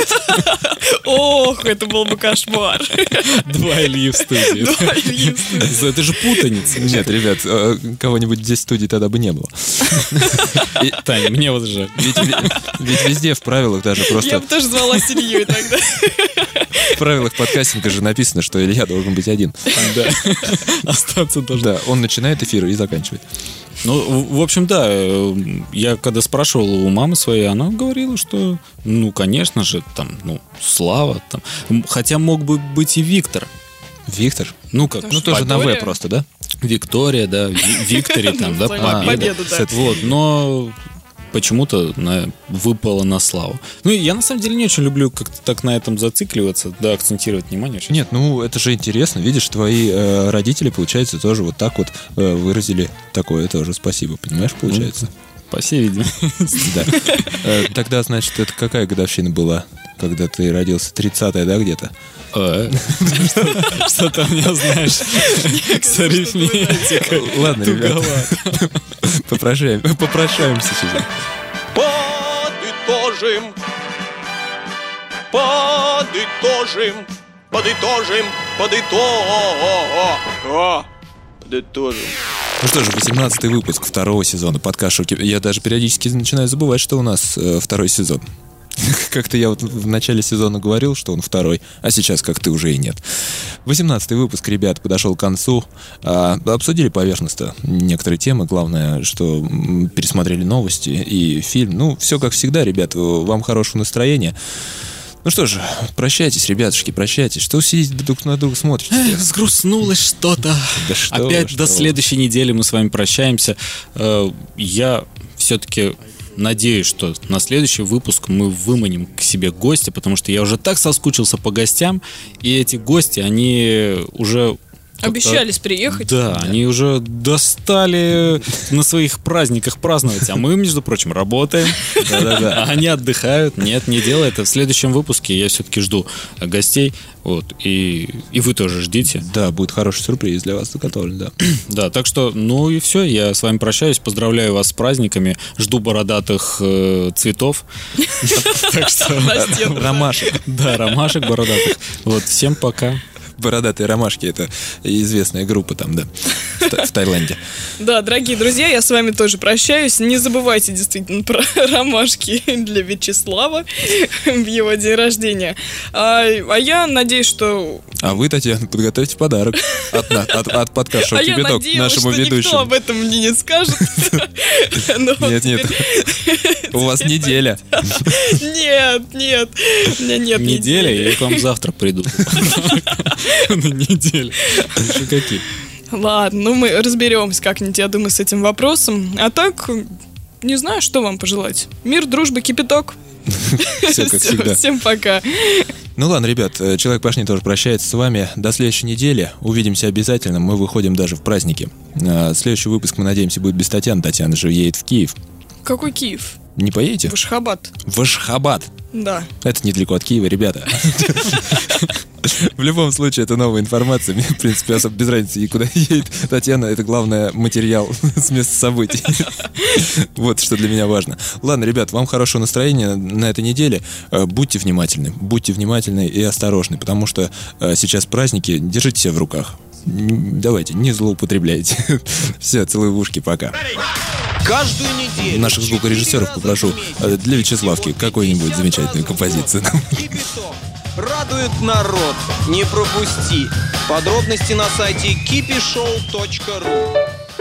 Ох, это был бы кошмар. Два Ильи в студии. Два Ильи в студии. Это же путаница. Нет, ребят, кого-нибудь здесь в студии тогда бы не было. Таня, мне вот жаль. Ведь везде в правилах даже просто... Я бы тоже звала Илью тогда. В правилах подкастинга же написано, что Илья должен быть один. Да. Остаться должен. Да, он начинает эфир и заканчивает. Ну, в общем, да, я когда спрашивал у мамы своей, она говорила, что, ну, конечно же, там, ну, Слава, там, хотя мог бы быть и Виктор. Виктор? Ну, как? Ну, тоже на В просто, да? Виктория, да, Виктория, там, да, Победа, да. Вот, но почему-то на, выпало на Славу. Ну, я на самом деле не очень люблю как-то так на этом зацикливаться, да, акцентировать внимание. Сейчас. Нет, ну, это же интересно. Видишь, твои э, родители, получается, тоже вот так вот э, выразили такое тоже спасибо, понимаешь, получается? Ну, по всей видимости. Да. Тогда, значит, это какая годовщина была, когда ты родился? тридцатая, да, где-то? Что-то у меня, знаешь, с арифметикой. Ладно, ребята, попрощаемся сейчас. Подытожим, подытожим, подытожим, подытожим, подытожим. Ну что же, восемнадцатый выпуск второго сезона подкаста «Шоу». Я даже периодически начинаю забывать, что у нас э, второй сезон. Как-то я вот в начале сезона говорил, что он второй, а сейчас как-то уже и нет. восемнадцатый выпуск, ребят, подошел к концу. А, обсудили поверхностно некоторые темы. Главное, что пересмотрели новости и фильм. Ну, все как всегда, ребят. Вам хорошего настроения. Ну что же, прощайтесь, ребятушки, прощайтесь. Что сидите друг на друга смотрите? Эх, сгрустнулось что-то. Да что Опять вы, что до вы. следующей недели мы с вами прощаемся. Я все-таки надеюсь, что на следующий выпуск мы выманим к себе гостя, потому что я уже так соскучился по гостям, и эти гости, они уже... Обещались приехать. Да, да, они уже достали на своих праздниках праздновать, а мы, между прочим, работаем. Да-да-да. Они отдыхают. Нет, не делай это. В следующем выпуске я все-таки жду гостей. Вот, и, и вы тоже ждите. Да, будет хороший сюрприз для вас заготовлен, да. Да, так что, ну и все, я с вами прощаюсь, поздравляю вас с праздниками, жду бородатых э, цветов. Так что... Ромашек. Да, ромашек бородатых. Вот, всем пока. Бородатые ромашки — это известная группа там, да, в Таиланде. Да, дорогие друзья, я с вами тоже прощаюсь. Не забывайте действительно про ромашки для Вячеслава в его день рождения. А, а я надеюсь, что... А вы, Татьяна, подготовьте подарок от, от, от подкаста «Шоу Кипяток» нашему ведущему. Никто об этом мне не скажет. Нет, нет, у вас неделя. Нет, нет, у меня нет недели. Неделя, я к вам завтра приду. На неделю. Еще какие? Ладно, ну мы разберемся как-нибудь, я думаю, с этим вопросом. А так, не знаю, что вам пожелать. Мир, дружба, кипяток. Все как всегда. Всем пока. Ну ладно, ребят, Человек Пашни тоже прощается с вами. До следующей недели. Увидимся обязательно. Мы выходим даже в праздники. Следующий выпуск, мы надеемся, будет без Татьяны. Татьяна же едет в Киев. Какой Киев? Не поедете? В Ашхабад. В Ашхабад. Да. Это недалеко от Киева, ребята. В любом случае, это новая информация. Мне, в принципе, особо без разницы, и куда едет Татьяна. Это, главное, материал с места событий. Вот что для меня важно. Ладно, ребят, вам хорошего настроения на этой неделе. Будьте внимательны. Будьте внимательны и осторожны, потому что сейчас праздники. Держите себя в руках. Давайте, не злоупотребляйте. Все, целую в ушки, пока. Каждую неделю Наших звукорежиссеров попрошу для Вячеславки какой-нибудь замечательную композицию. радует народ. Не пропусти. Подробности на сайте кипишоу точка ру.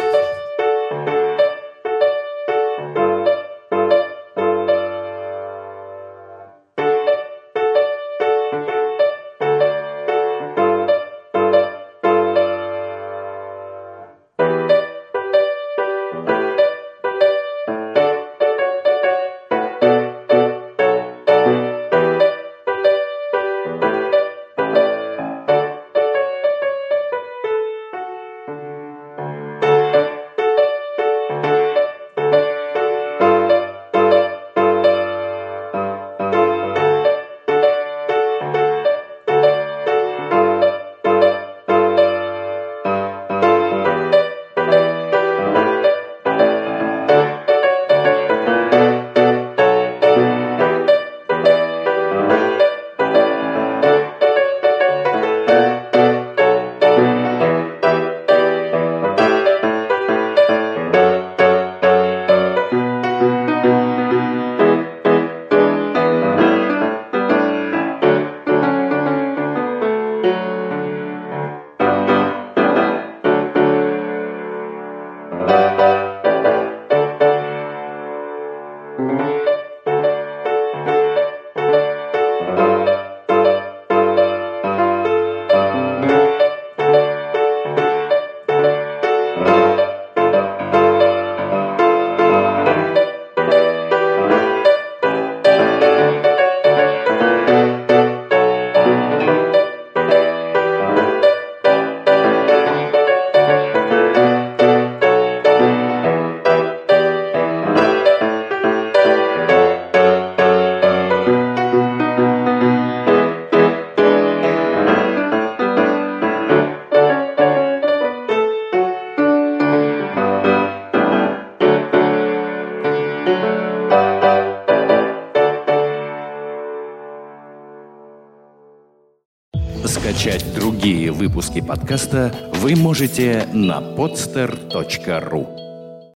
Скачать другие выпуски подкаста вы можете на podster точка ру.